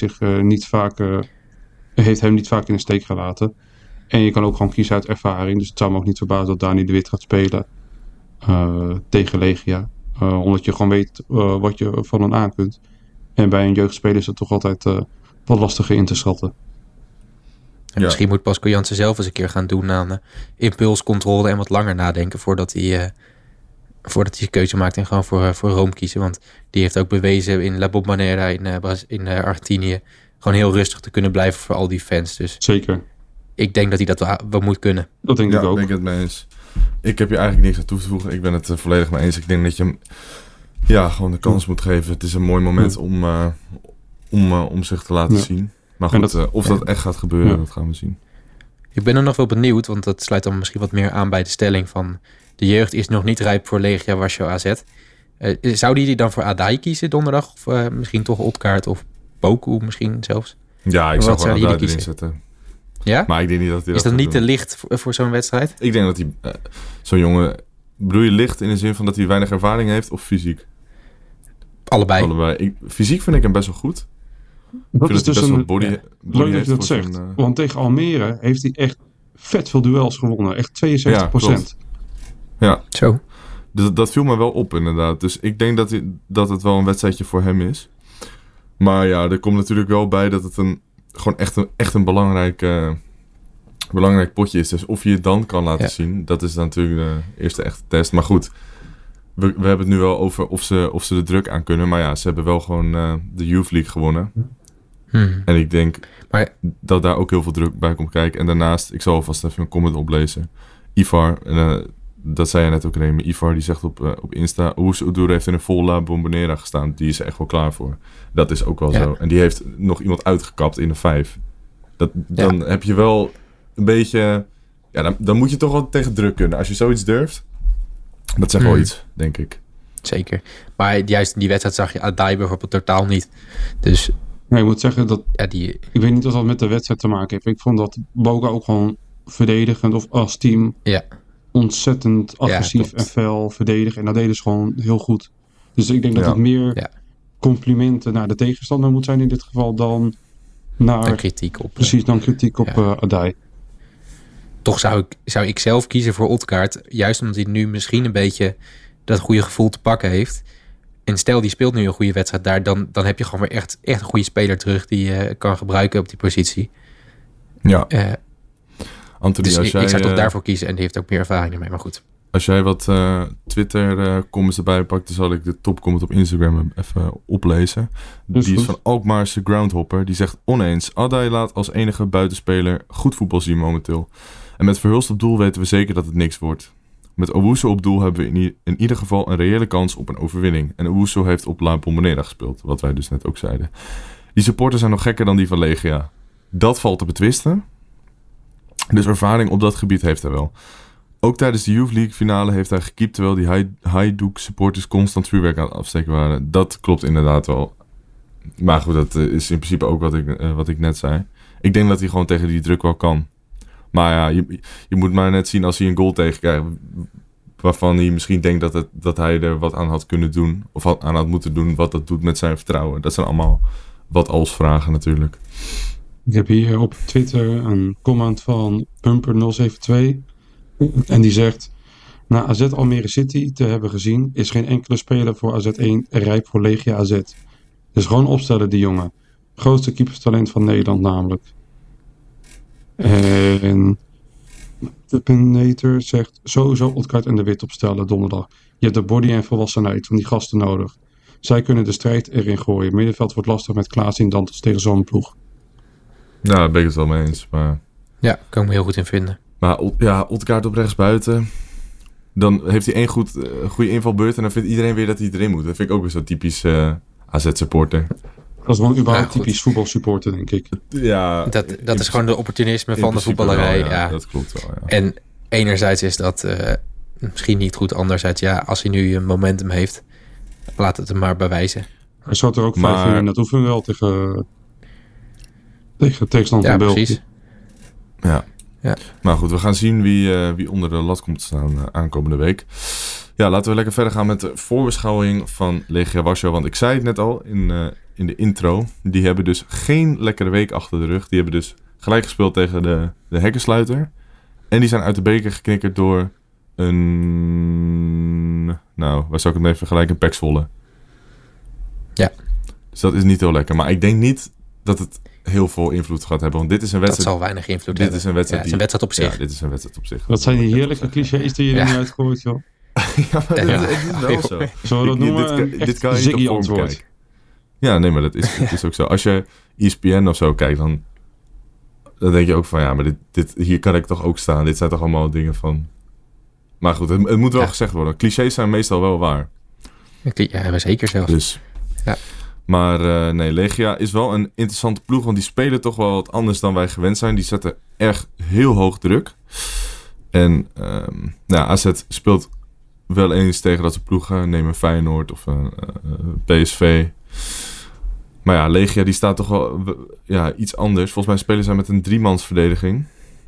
[SPEAKER 7] hem niet vaak in de steek gelaten. En je kan ook gewoon kiezen uit ervaring. Dus het zou me ook niet verbazen dat Dani de Wit gaat spelen tegen Legia. Omdat je gewoon weet wat je van hen aan kunt. En bij een jeugdspeler is het toch altijd wat lastiger in te schatten.
[SPEAKER 6] En misschien moet Pascal Jansen zelf eens een keer gaan doen aan impulscontrole en wat langer nadenken voordat hij een keuze maakt en gewoon voor Rome kiezen. Want die heeft ook bewezen in La Bombonera in Argentinië gewoon heel rustig te kunnen blijven voor al die fans. Dus
[SPEAKER 7] zeker.
[SPEAKER 6] Ik denk dat hij dat wel moet kunnen.
[SPEAKER 7] Dat denk ik ook.
[SPEAKER 5] Ben ik het mee eens. Ik heb je eigenlijk niks aan toe te voegen. Ik ben het volledig mee eens. Ik denk dat je hem gewoon de kans moet geven. Het is een mooi moment om zich te laten zien. Maar goed, of dat echt gaat gebeuren, dat gaan we zien.
[SPEAKER 6] Ik ben er nog wel benieuwd, want dat sluit dan misschien wat meer aan bij de stelling van de jeugd is nog niet rijp voor Legia Warschau AZ. Zou die dan voor Adai kiezen donderdag? Of misschien toch Otkaart of Poku misschien zelfs?
[SPEAKER 5] Ja, ik zou gewoon Adai erin zetten.
[SPEAKER 6] Ja?
[SPEAKER 5] Maar ik denk niet dat hij
[SPEAKER 6] is dat niet te licht voor zo'n wedstrijd?
[SPEAKER 5] Ik denk dat hij zo'n jongen... Bedoel je licht in de zin van dat hij weinig ervaring heeft of fysiek? Allebei. Fysiek vind ik hem best wel goed.
[SPEAKER 7] Dat is dus een
[SPEAKER 5] body
[SPEAKER 7] leuk dat je dat zegt. Want tegen Almere heeft hij echt vet veel duels gewonnen. Echt 72%.
[SPEAKER 5] Ja.
[SPEAKER 6] Zo.
[SPEAKER 5] Dat viel me wel op inderdaad. Dus ik denk dat het wel een wedstrijdje voor hem is. Maar ja, er komt natuurlijk wel bij dat het gewoon echt een belangrijk potje is. Dus of je het dan kan laten zien, dat is dan natuurlijk de eerste echte test. Maar goed, we hebben het nu wel over of ze de druk aan kunnen. Maar ja, ze hebben wel gewoon de Youth League gewonnen. En ik denk dat daar ook heel veel druk bij komt kijken. En daarnaast, ik zal alvast even een comment oplezen. Ivar, dat zei je net ook, Remy. Ivar die zegt op Insta... Oezoedoer heeft in een vol La Bombonera gestaan. Die is er echt wel klaar voor. Dat is ook wel zo. En die heeft nog iemand uitgekapt in de 5. Dan heb je wel een beetje... Ja, dan moet je toch wel tegen druk kunnen. Als je zoiets durft... Dat zegt wel iets, denk ik.
[SPEAKER 6] Zeker. Maar juist in die wedstrijd zag je Adai bijvoorbeeld totaal niet. Dus...
[SPEAKER 7] Nee, ik moet zeggen dat...
[SPEAKER 6] Ja,
[SPEAKER 7] ik weet niet of dat met de wedstrijd te maken heeft. Ik vond dat Boca ook gewoon verdedigend of als team... ontzettend agressief en fel verdedigen. En dat deden ze gewoon heel goed. Dus ik denk dat het meer complimenten naar de tegenstander moet zijn in dit geval dan naar...
[SPEAKER 6] kritiek op...
[SPEAKER 7] Precies, dan kritiek op Adai.
[SPEAKER 6] Toch zou ik zelf kiezen voor Odgaard. Juist omdat hij nu misschien een beetje dat goede gevoel te pakken heeft. En stel, die speelt nu een goede wedstrijd daar. Dan heb je gewoon weer echt een goede speler terug die je kan gebruiken op die positie.
[SPEAKER 5] Ja. Anthony,
[SPEAKER 6] dus
[SPEAKER 5] als jij,
[SPEAKER 6] ik zou toch daarvoor kiezen. En die heeft ook meer ervaring ermee, maar goed.
[SPEAKER 5] Als jij wat Twitter-comments erbij pakt... dan zal ik de topcomment op Instagram even oplezen. Die is van Alkmaarse Groundhopper. Die zegt oneens... Adai laat als enige buitenspeler goed voetbal zien momenteel. En met Verhulst op doel weten we zeker dat het niks wordt. Met Owusu op doel hebben we in ieder geval een reële kans op een overwinning. En Owusu heeft op La Bombonera gespeeld. Wat wij dus net ook zeiden. Die supporters zijn nog gekker dan die van Legia. Dat valt te betwisten. Dus ervaring op dat gebied heeft hij wel. Ook tijdens de Youth League finale heeft hij gekiept... terwijl die Hajduk supporters constant vuurwerk aan het afsteken waren. Dat klopt inderdaad wel. Maar goed, dat is in principe ook wat ik net zei. Ik denk dat hij gewoon tegen die druk wel kan. Maar ja, je moet maar net zien als hij een goal tegenkrijgt... waarvan hij misschien denkt dat hij er wat aan had kunnen doen... of aan had moeten doen wat dat doet met zijn vertrouwen. Dat zijn allemaal wat als vragen natuurlijk.
[SPEAKER 7] Ik heb hier op Twitter een comment van Pumper072... En die zegt... Na AZ Almere City te hebben gezien... is geen enkele speler voor AZ1 rijp voor Legia AZ. Dus gewoon opstellen die jongen. Grootste keeperstalent van Nederland namelijk. En... De Penator zegt... Sowieso Odgaard en de Wit opstellen donderdag. Je hebt de body en volwassenheid van die gasten nodig. Zij kunnen de strijd erin gooien. Middenveld wordt lastig met Klaas in Dantes tegen zo'n ploeg.
[SPEAKER 5] Ja, daar ben ik het wel mee eens. Maar...
[SPEAKER 6] Ja, kan ik me heel goed in vinden.
[SPEAKER 5] Maar Odgaard op rechtsbuiten. Dan heeft hij één goede invalbeurt. En dan vindt iedereen weer dat hij erin moet. Dat vind ik ook weer zo typisch AZ-supporter.
[SPEAKER 7] Dat is gewoon überhaupt typisch voetbalsupporter, denk ik.
[SPEAKER 5] Ja,
[SPEAKER 6] dat is gewoon de opportunisme van de voetballerij.
[SPEAKER 5] Wel, ja. Dat klopt wel, ja.
[SPEAKER 6] En enerzijds is dat misschien niet goed. Anderzijds, als hij nu een momentum heeft... laat het hem maar bewijzen.
[SPEAKER 7] Hij zat er ook 5 uur in het oefenen wel tegen tegenstand van België.
[SPEAKER 6] Precies.
[SPEAKER 5] Ja. Maar goed, we gaan zien wie onder de lat komt te staan aankomende week. Ja, laten we lekker verder gaan met de voorbeschouwing van Legia Warschau. Want ik zei het net al in de intro. Die hebben dus geen lekkere week achter de rug. Die hebben dus gelijk gespeeld tegen de hekkensluiter. En die zijn uit de beker geknikkerd door een... Nou, waar zou ik het mee vergelijken? Een PEC Zwolle.
[SPEAKER 6] Ja.
[SPEAKER 5] Dus dat is niet heel lekker. Maar ik denk niet dat het heel veel invloed gaat hebben. Want dit is een wedstrijd...
[SPEAKER 6] Dat zal weinig invloed hebben.
[SPEAKER 5] Dit is een wedstrijd,
[SPEAKER 6] het is een wedstrijd op zich.
[SPEAKER 5] Ja, dit is een wedstrijd op zich.
[SPEAKER 7] Wat zijn die heerlijke clichés die je er nu uitgooit, joh.
[SPEAKER 5] Ja, maar het is wel zo.
[SPEAKER 7] Zullen we dat noemen?
[SPEAKER 5] Dit kan je niet op vorm kijken. Ja, nee, maar het is ook zo. Als je ESPN of zo kijkt, dan denk je ook van... Ja, maar hier kan ik toch ook staan. Dit zijn toch allemaal dingen van... Maar goed, het moet wel gezegd worden. Clichés zijn meestal wel waar.
[SPEAKER 6] Ja, maar zeker zelfs.
[SPEAKER 5] Dus...
[SPEAKER 6] Ja.
[SPEAKER 5] Maar nee, Legia is wel een interessante ploeg. Want die spelen toch wel wat anders dan wij gewend zijn. Die zetten echt heel hoog druk. En AZ speelt wel eens tegen dat soort ploegen. Neem een Feyenoord of een PSV. Maar ja, Legia die staat toch wel iets anders. Volgens mij spelen zij met een 3-mansverdediging.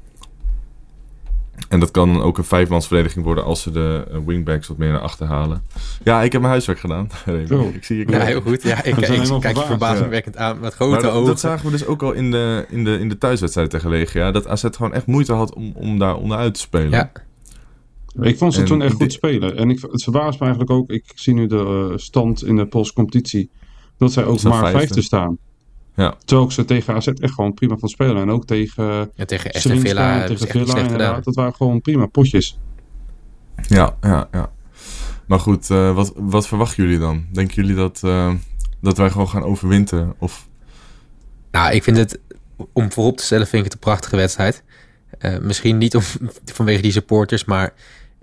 [SPEAKER 5] En dat kan dan ook een 5-mansverdediging worden als ze de wingbacks wat meer naar achter halen. Ja, ik heb mijn huiswerk gedaan. Ik zie je
[SPEAKER 6] heel goed. Ja, ik kijk je verbazingwekkend aan met grote ogen.
[SPEAKER 5] Dat zagen we dus ook al in de thuiswedstrijd tegen Legia. Dat AZ gewoon echt moeite had om daar onderuit te spelen.
[SPEAKER 6] Ja.
[SPEAKER 7] Ik vond ze toen echt goed spelen. En het verbaast me eigenlijk ook. Ik zie nu de stand in de Poolse competitie. Dat zij ook maar vijfde staan.
[SPEAKER 5] Ja.
[SPEAKER 7] Terwijl ze tegen AZ echt gewoon prima van spelen. En ook tegen
[SPEAKER 6] Aston Villa.
[SPEAKER 7] Tegen Villa. Dat waren gewoon prima potjes.
[SPEAKER 5] Ja. Maar goed, wat verwachten jullie dan? Denken jullie dat wij gewoon gaan overwinteren? Of...
[SPEAKER 6] Nou, ik vind het, om voorop te stellen, vind ik het een prachtige wedstrijd. Misschien niet vanwege die supporters, maar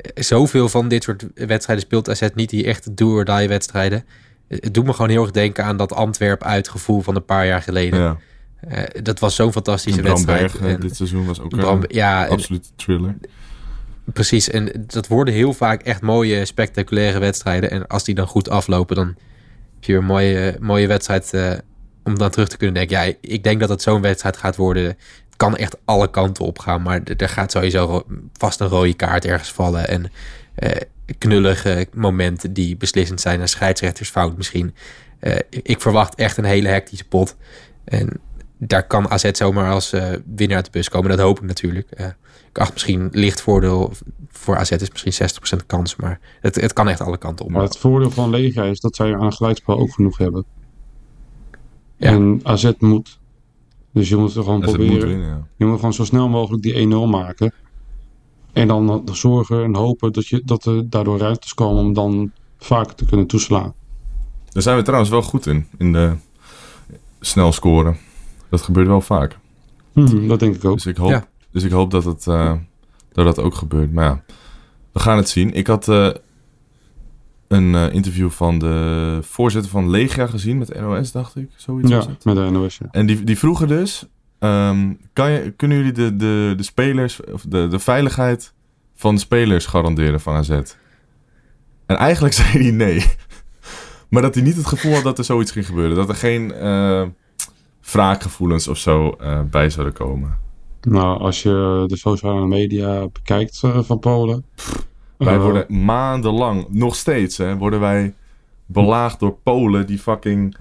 [SPEAKER 6] zoveel van dit soort wedstrijden speelt AZ niet die echt do-or-die wedstrijden. Het doet me gewoon heel erg denken aan dat Antwerp uitgevoel van een paar jaar geleden.
[SPEAKER 5] Ja.
[SPEAKER 6] Dat was zo'n fantastische
[SPEAKER 5] Bram
[SPEAKER 6] wedstrijd.
[SPEAKER 5] Berg, dit seizoen was ook een absolute thriller.
[SPEAKER 6] Precies, en dat worden heel vaak echt mooie, spectaculaire wedstrijden. En als die dan goed aflopen, dan heb je een mooie wedstrijd om dan terug te kunnen denken. Ja, ik denk dat het zo'n wedstrijd gaat worden. Het kan echt alle kanten op gaan, maar er gaat sowieso vast een rode kaart ergens vallen. En knullige momenten die beslissend zijn. Een scheidsrechtersfout misschien. Ik verwacht echt een hele hectische pot. En daar kan AZ zomaar als winnaar uit de bus komen. Dat hoop ik natuurlijk. Ik acht misschien licht voordeel voor AZ is misschien 60% kans. Maar het kan echt alle kanten op.
[SPEAKER 7] Maar het voordeel van Legia is dat zij aan gelijkspel ook genoeg hebben.
[SPEAKER 6] Ja.
[SPEAKER 7] En AZ moet. Dus je moet er gewoon proberen.
[SPEAKER 5] Winnen, ja.
[SPEAKER 7] Je moet gewoon zo snel mogelijk die 1-0 maken. En dan zorgen en hopen dat er daardoor ruimtes komen om dan vaker te kunnen toeslaan.
[SPEAKER 5] Daar zijn we trouwens wel goed in de snel scoren. Dat gebeurt wel vaak.
[SPEAKER 7] Dat denk ik ook.
[SPEAKER 5] Dus ik hoop dat dat ook gebeurt. Maar ja, we gaan het zien. Ik had een interview van de voorzitter van Legia gezien met NOS, dacht ik. Zoiets was het.
[SPEAKER 7] Met de NOS. Ja.
[SPEAKER 5] En die vroegen dus, kunnen jullie de spelers, of de veiligheid van de spelers garanderen van AZ? En eigenlijk zei hij nee. Maar dat hij niet het gevoel had dat er zoiets ging gebeuren. Dat er geen wraakgevoelens of zo bij zouden komen.
[SPEAKER 7] Nou, als je de sociale media bekijkt van Polen.
[SPEAKER 5] Wij worden maandenlang, nog steeds, worden wij belaagd door Polen die fucking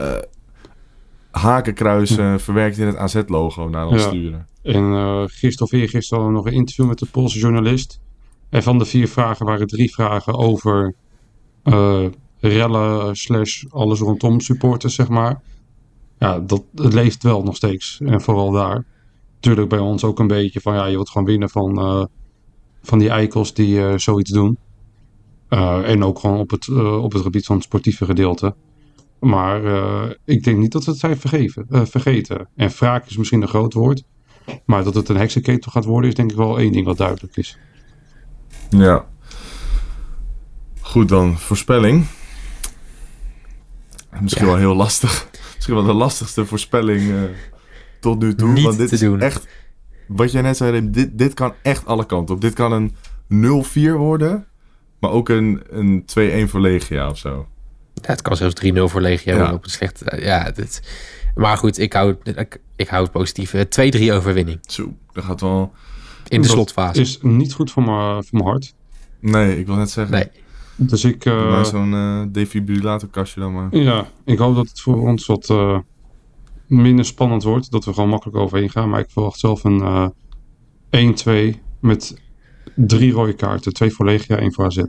[SPEAKER 5] hakenkruisen verwerkt in het AZ-logo naar ons sturen.
[SPEAKER 7] En gisteren of eergisteren hadden we nog een interview met de Poolse journalist. En van de 4 vragen waren 3 vragen over rellen / alles rondom supporters, zeg maar. Ja, het leeft wel nog steeds. En vooral daar. Natuurlijk bij ons ook een beetje van, je wilt gewoon winnen van die eikels die zoiets doen. En ook gewoon op het gebied van het sportieve gedeelte. Maar ik denk niet dat we het zijn vergeten. En wraak is misschien een groot woord. Maar dat het een heksenketel gaat worden is denk ik wel één ding wat duidelijk is.
[SPEAKER 5] Ja. Goed dan, voorspelling. Misschien wel heel lastig. Misschien wel de lastigste voorspelling tot nu toe.
[SPEAKER 6] Niet
[SPEAKER 5] want dit
[SPEAKER 6] te
[SPEAKER 5] is
[SPEAKER 6] doen.
[SPEAKER 5] Echt, wat jij net zei, dit kan echt alle kanten op. Dit kan een 0-4 worden, maar ook een 2-1 voor Legia of zo.
[SPEAKER 6] Ja, het kan zelfs 3-0 voor Legia worden op een slecht... Maar goed, ik hou het positief. 2-3 overwinning.
[SPEAKER 5] Zo, dat gaat wel...
[SPEAKER 6] In de slotfase.
[SPEAKER 7] Is niet goed voor mijn hart.
[SPEAKER 5] Nee, ik wil net zeggen.
[SPEAKER 6] Nee.
[SPEAKER 7] Dus ik...
[SPEAKER 5] maar zo'n defibrillatorkastje dan maar.
[SPEAKER 7] Ja, ik hoop dat het voor ons wat minder spannend wordt. Dat we gewoon makkelijk overheen gaan. Maar ik verwacht zelf een 1-2 met 3 rode kaarten. 2 voor Legia, 1 voor AZ.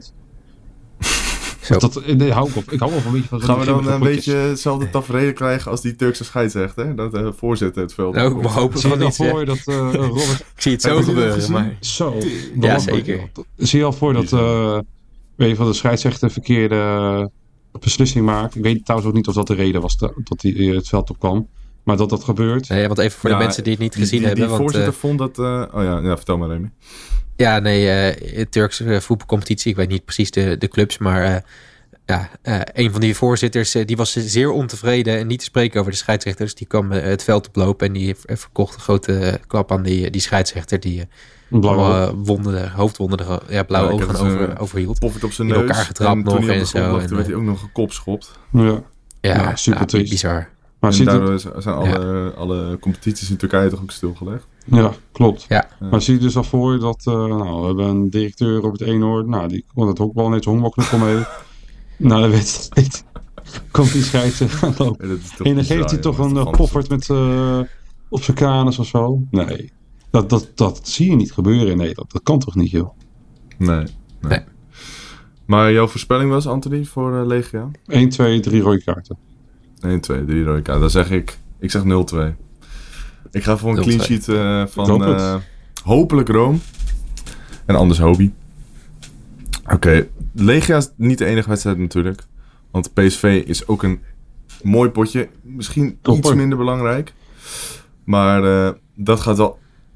[SPEAKER 7] Hou ik op. Ik hou wel van een beetje van...
[SPEAKER 5] Gaan we dan een beetje hetzelfde tafereel krijgen als die Turkse scheidsrechter? Dat de voorzitter het veld...
[SPEAKER 6] Nou, ik hoop van niet.
[SPEAKER 7] Voor dat, Robert...
[SPEAKER 6] Ik zie het zo gebeuren, maar...
[SPEAKER 7] Zo.
[SPEAKER 6] Ja, zeker.
[SPEAKER 7] Zie je al voor dat... weet je van de scheidsrechter verkeerde beslissing maakt. Ik weet trouwens ook niet of dat de reden was dat hij het veld op kwam. Maar dat gebeurt.
[SPEAKER 6] Nee, want even voor de mensen die het niet gezien hebben.
[SPEAKER 5] Die voorzitter vond dat... vertel maar Remy.
[SPEAKER 6] Ja, de Turkse voetbalcompetitie. Ik weet niet precies de clubs, maar... een van die voorzitters die was zeer ontevreden en niet te spreken over de scheidsrechter. Dus die kwam het veld oplopen en die verkocht een grote klap aan die scheidsrechter die hoofdwonden, blauwe ogen overhield.
[SPEAKER 5] Poffert op zijn
[SPEAKER 6] in
[SPEAKER 5] neus.
[SPEAKER 6] Elkaar getrapt nog en zo.
[SPEAKER 5] Toen werd hij ook nog gekopschopt.
[SPEAKER 7] Ja, super triest.
[SPEAKER 6] Bizar.
[SPEAKER 5] Maar daardoor zijn alle competities in Turkije toch ook stilgelegd.
[SPEAKER 7] Ja, klopt.
[SPEAKER 6] Ja.
[SPEAKER 7] Maar zie je dus al voor dat we hebben een directeur op het Eenhoorn. Nou, die kon het ook wel net zo hongmakkelijk mee. Na de wedstrijd komt die scheidsrechter aanlopen. En dan geeft hij toch een Poffert met op zijn kanus of zo. Nee, dat zie je niet gebeuren. Nee, dat kan toch niet, joh.
[SPEAKER 5] Nee. Maar jouw voorspelling was, Anthony, voor Legia?
[SPEAKER 7] 1, 2, 3 rode kaarten.
[SPEAKER 5] 1, 2, 3 rode kaarten. Dan zeg ik 0-2. Ik ga voor een clean sheet van hopelijk Rome. En anders Hobie. Oké. Legia is niet de enige wedstrijd natuurlijk. Want PSV is ook een mooi potje. Misschien iets minder belangrijk. Maar dat gaat wel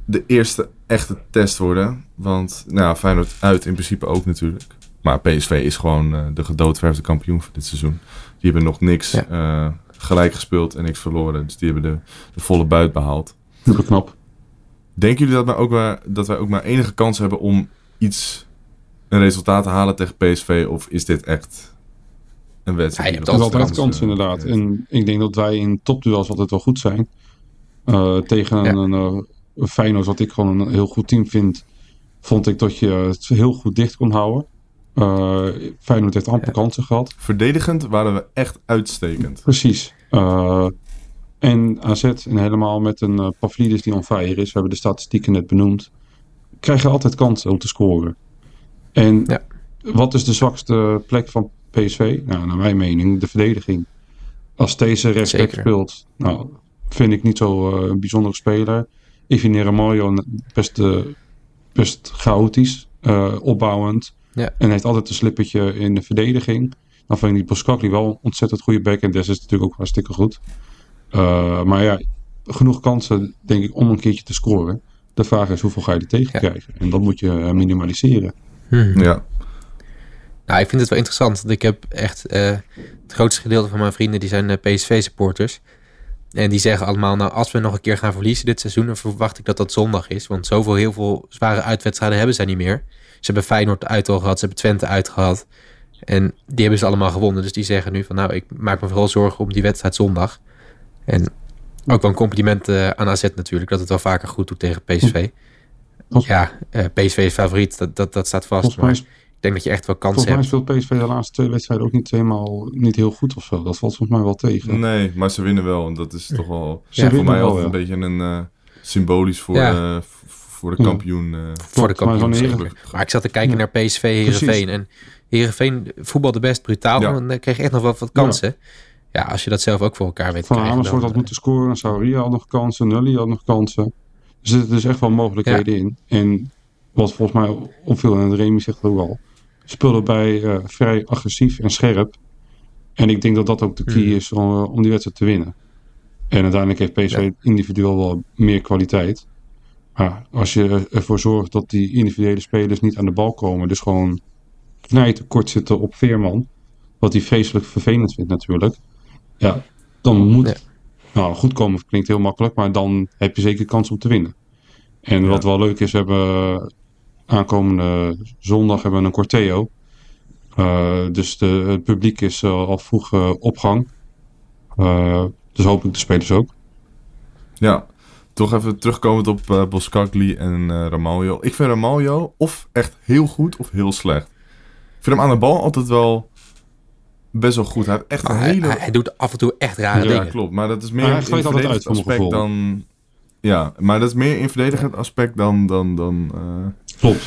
[SPEAKER 5] de eerste echte test worden. Want Feyenoord uit in principe ook natuurlijk. Maar PSV is gewoon de gedoodverfde kampioen van dit seizoen. Die hebben nog niks gelijk gespeeld en niks verloren. Dus die hebben de volle buit behaald.
[SPEAKER 7] Super knap.
[SPEAKER 5] Denken jullie dat wij ook maar enige kans hebben om een resultaat te halen tegen PSV? Of is dit echt een wedstrijd?
[SPEAKER 6] Ja, je hebt
[SPEAKER 7] Dat is altijd kans inderdaad. En ik denk dat wij in topduels altijd wel goed zijn. Tegen een Feyenoord, wat ik gewoon een heel goed team vind, vond ik dat je het heel goed dicht kon houden. Feyenoord heeft amper kansen gehad.
[SPEAKER 5] Verdedigend waren we echt uitstekend.
[SPEAKER 7] Precies. En AZ, en helemaal met een Pavlidis die on fire is, we hebben de statistieken net benoemd, krijg je altijd kansen om te scoren. En wat is de zwakste plek van PSV? Nou, naar mijn mening, de verdediging. Als deze rechtsback speelt, vind ik niet zo een bijzondere speler. Ik vind Ramalho best chaotisch, opbouwend. Ja. En heeft altijd een slippertje in de verdediging. Dan vind ik die Boskakli wel ontzettend goede back. En Des is natuurlijk ook hartstikke goed. Maar ja, genoeg kansen denk ik om een keertje te scoren. De vraag is hoeveel ga je er tegen krijgen. En dat moet je minimaliseren.
[SPEAKER 5] Ja.
[SPEAKER 6] Nou, ik vind het wel interessant. Want ik heb echt het grootste gedeelte van mijn vrienden die zijn PSV-supporters. En die zeggen allemaal, als we nog een keer gaan verliezen dit seizoen, dan verwacht ik dat dat zondag is. Want heel veel zware uitwedstrijden hebben zij niet meer. Ze hebben Feyenoord uit al gehad, ze hebben Twente uit gehad. En die hebben ze allemaal gewonnen. Dus die zeggen nu van, ik maak me vooral zorgen om die wedstrijd zondag. En ook wel een compliment aan AZ natuurlijk, dat het wel vaker goed doet tegen PSV. PSV is favoriet, dat staat vast. Maar ik denk dat je echt wel kansen hebt.
[SPEAKER 7] Volgens mij speelt PSV de laatste 2 wedstrijden ook niet heel goed of zo. Dat valt volgens mij wel tegen.
[SPEAKER 5] Nee, maar ze winnen wel. En dat is toch wel voor mij altijd een beetje een symbolisch voor de kampioen.
[SPEAKER 6] Voor de kampioen. Maar ik zat te kijken naar PSV Heerenveen. En Heerenveen voetbalde best brutaal. En dan kreeg echt nog wel wat kansen. Ja, als je dat zelf ook voor elkaar weet te krijgen.
[SPEAKER 7] Van Amersfoort had moeten scoren. Sauria had nog kansen. Nulli had nog kansen. Er zitten dus echt wel mogelijkheden in. En wat volgens mij opviel, en Remy zegt het ook al, speelde bij vrij agressief en scherp. En ik denk dat dat ook de key is om die wedstrijd te winnen. En uiteindelijk heeft PSV individueel wel meer kwaliteit. Maar als je ervoor zorgt dat die individuele spelers niet aan de bal komen, dus gewoon knijtekort zitten op Veerman, wat hij vreselijk vervelend vindt natuurlijk. Ja, dan moet goed komen klinkt heel makkelijk, maar dan heb je zeker kans om te winnen. En wat wel leuk is, we hebben aankomende zondag hebben we een corteo. Dus het publiek is al vroeg op gang. Dus hopelijk de spelers ook.
[SPEAKER 5] Ja, toch even terugkomend op Boskakli en Ramalho. Ik vind Ramalho of echt heel goed of heel slecht. Ik vind hem aan de bal altijd wel best wel goed. Hij heeft echt
[SPEAKER 6] hij doet af en toe echt rare dingen.
[SPEAKER 5] Ja, klopt. Maar dat is meer in verdedigend aspect dan. Ja, maar dat is meer in verdedigend aspect dan
[SPEAKER 7] klopt.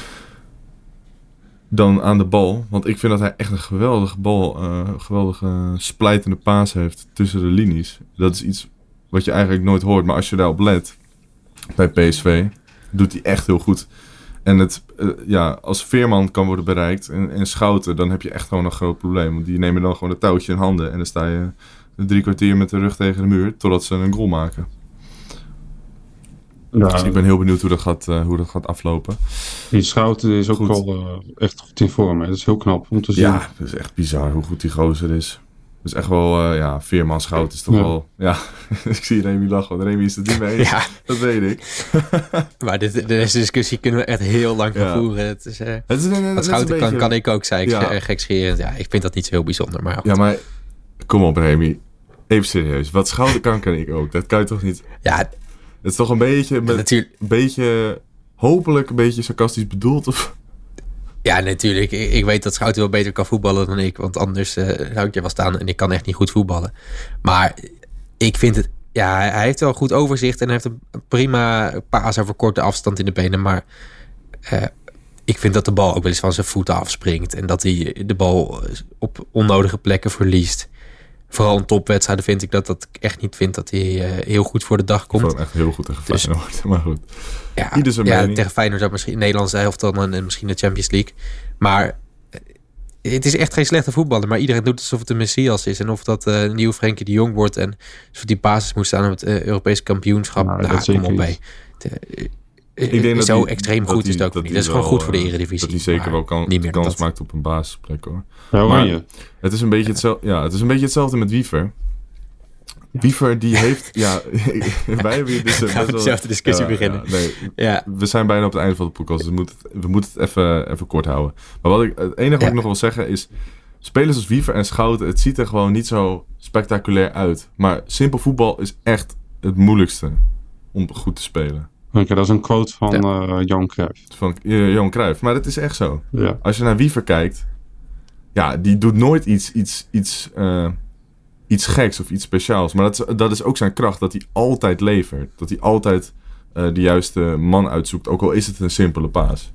[SPEAKER 5] Dan aan de bal. Want ik vind dat hij echt een geweldige splijtende paas heeft tussen de linies. Dat is iets wat je eigenlijk nooit hoort. Maar als je daarop let, bij PSV, doet hij echt heel goed. En als Veerman kan worden bereikt en Schouten, dan heb je echt gewoon een groot probleem. Want die nemen dan gewoon het touwtje in handen. En dan sta je 3 kwartier met de rug tegen de muur, totdat ze een goal maken. Ja. Dus ik ben heel benieuwd hoe dat gaat aflopen.
[SPEAKER 7] Die Schouten is ook wel echt goed in vorm. Hè. Dat is heel knap om te zien.
[SPEAKER 5] Ja, dat is echt bizar hoe goed die gozer is. Dat is echt wel, Veerman Schouten is toch wel... Ja, ik zie Remy lachen, want Remy is het niet mee eens. Ja. Dat weet ik.
[SPEAKER 6] Maar deze discussie kunnen we echt heel lang gaan voeren. Het is, wat Schouten beetje... kan ik ook, zei ik gekscherend. Ja, ik vind dat niet zo heel bijzonder. Maar
[SPEAKER 5] ja, maar kom op Remy. Even serieus. Wat Schouten kan ik ook. Dat kan je toch niet...
[SPEAKER 6] Ja...
[SPEAKER 5] Het is toch een beetje... hopelijk een beetje sarcastisch bedoeld, of...
[SPEAKER 6] Ja, natuurlijk. Ik weet dat Schouten wel beter kan voetballen dan ik. Want anders zou ik er wel staan en ik kan echt niet goed voetballen. Maar ik vind het... Ja, hij heeft wel goed overzicht en hij heeft een prima paas over korte afstand in de benen. Maar ik vind dat de bal ook wel eens van zijn voeten afspringt. En dat hij de bal op onnodige plekken verliest. Vooral in topwedstrijden vind ik dat ik echt niet vind dat hij heel goed voor de dag komt.
[SPEAKER 5] Ik vond hem echt heel goed tegen Feyenoord, maar goed.
[SPEAKER 6] Ja, tegen Feyenoord ook misschien Nederlands elftal en misschien de Champions League. Maar het is echt geen slechte voetballer. Maar iedereen doet alsof het een Messias is. En of dat een nieuwe Frenkie de Jong wordt. En alsof die basis moet staan op het Europese kampioenschap.
[SPEAKER 7] Dat
[SPEAKER 6] kom op bij.
[SPEAKER 5] Ik denk
[SPEAKER 6] zo
[SPEAKER 5] dat
[SPEAKER 6] extreem goed is het ook niet. Dat is gewoon goed voor de Eredivisie.
[SPEAKER 5] Dat hij zeker wel kans maakt op een basisplek, hoor.
[SPEAKER 7] Ja, Oranje.
[SPEAKER 5] Het is een beetje hetzelfde met Wiever. Wiever die heeft... Ja, wij hebben hier dus...
[SPEAKER 6] Gaan we dezelfde discussie beginnen.
[SPEAKER 5] Ja. We zijn bijna op het einde van de podcast, dus we moeten het even kort houden. Maar het enige wat ik nog wil zeggen is... Spelers als Wiever en Schouten, het ziet er gewoon niet zo spectaculair uit. Maar simpel voetbal is echt het moeilijkste om goed te spelen.
[SPEAKER 7] Oké, dat is een quote van Johan Cruijff.
[SPEAKER 5] Van Johan Cruijff, maar dat is echt zo.
[SPEAKER 7] Ja.
[SPEAKER 5] Als je naar Wiever kijkt, ja, die doet nooit iets geks of iets speciaals. Maar dat is ook zijn kracht, dat hij altijd levert. Dat hij altijd de juiste man uitzoekt, ook al is het een simpele paas.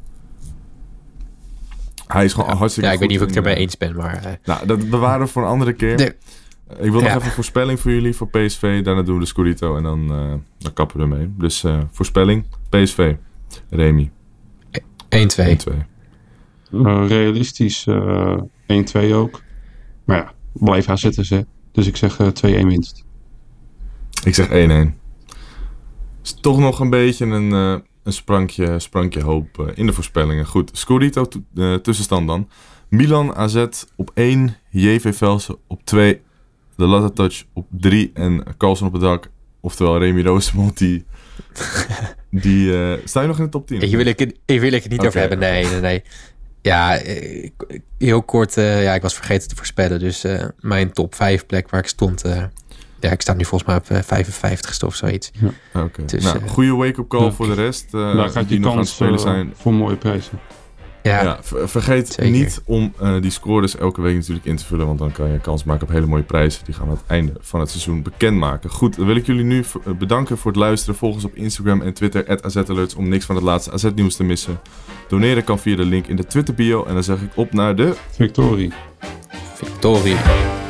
[SPEAKER 5] Hij is gewoon hartstikke goed.
[SPEAKER 6] Ja, ik weet niet of ik het ermee eens ben, maar...
[SPEAKER 5] Nou, dat bewaren we voor een andere keer.
[SPEAKER 6] Nee.
[SPEAKER 5] Ik wil nog even een voorspelling voor jullie, voor PSV. Daarna doen we de Scudetto en dan kappen we ermee. Dus voorspelling, PSV, Remy.
[SPEAKER 6] 1-2.
[SPEAKER 7] Realistisch 1-2 ook. Maar ja, blijf haar zitten ze. Dus ik zeg 2-1 winst.
[SPEAKER 5] Ik zeg 1-1. Is toch nog een beetje een sprankje hoop in de voorspellingen. Goed, Scudetto tussenstand dan. Milan AZ op 1, JV Velsen op 2, de Latatouch op 3 en Carlsen op het dak. Oftewel Remy Roosemond, die sta je nog in de top 10?
[SPEAKER 6] Hier wil ik het niet over hebben. Nee. Ja, heel kort. Ik was vergeten te voorspellen. Dus mijn top 5 plek waar ik stond... ik sta nu volgens mij op 55ste of zoiets.
[SPEAKER 5] Ja. Oké.
[SPEAKER 6] Dus,
[SPEAKER 5] nou, goede wake-up call voor de rest.
[SPEAKER 7] Daar gaat die nog kans spelen zijn. Voor mooie prijzen.
[SPEAKER 5] Ja, vergeet
[SPEAKER 6] zeker
[SPEAKER 5] niet om die scores elke week natuurlijk in te vullen. Want dan kan je kans maken op hele mooie prijzen. Die gaan we aan het einde van het seizoen bekendmaken. Goed, dan wil ik jullie nu bedanken voor het luisteren. Volg ons op Instagram en Twitter @AZAlerts om niks van het laatste AZ nieuws te missen. Doneren kan via de link in de Twitter bio. En dan zeg ik op naar de...
[SPEAKER 7] Victorie.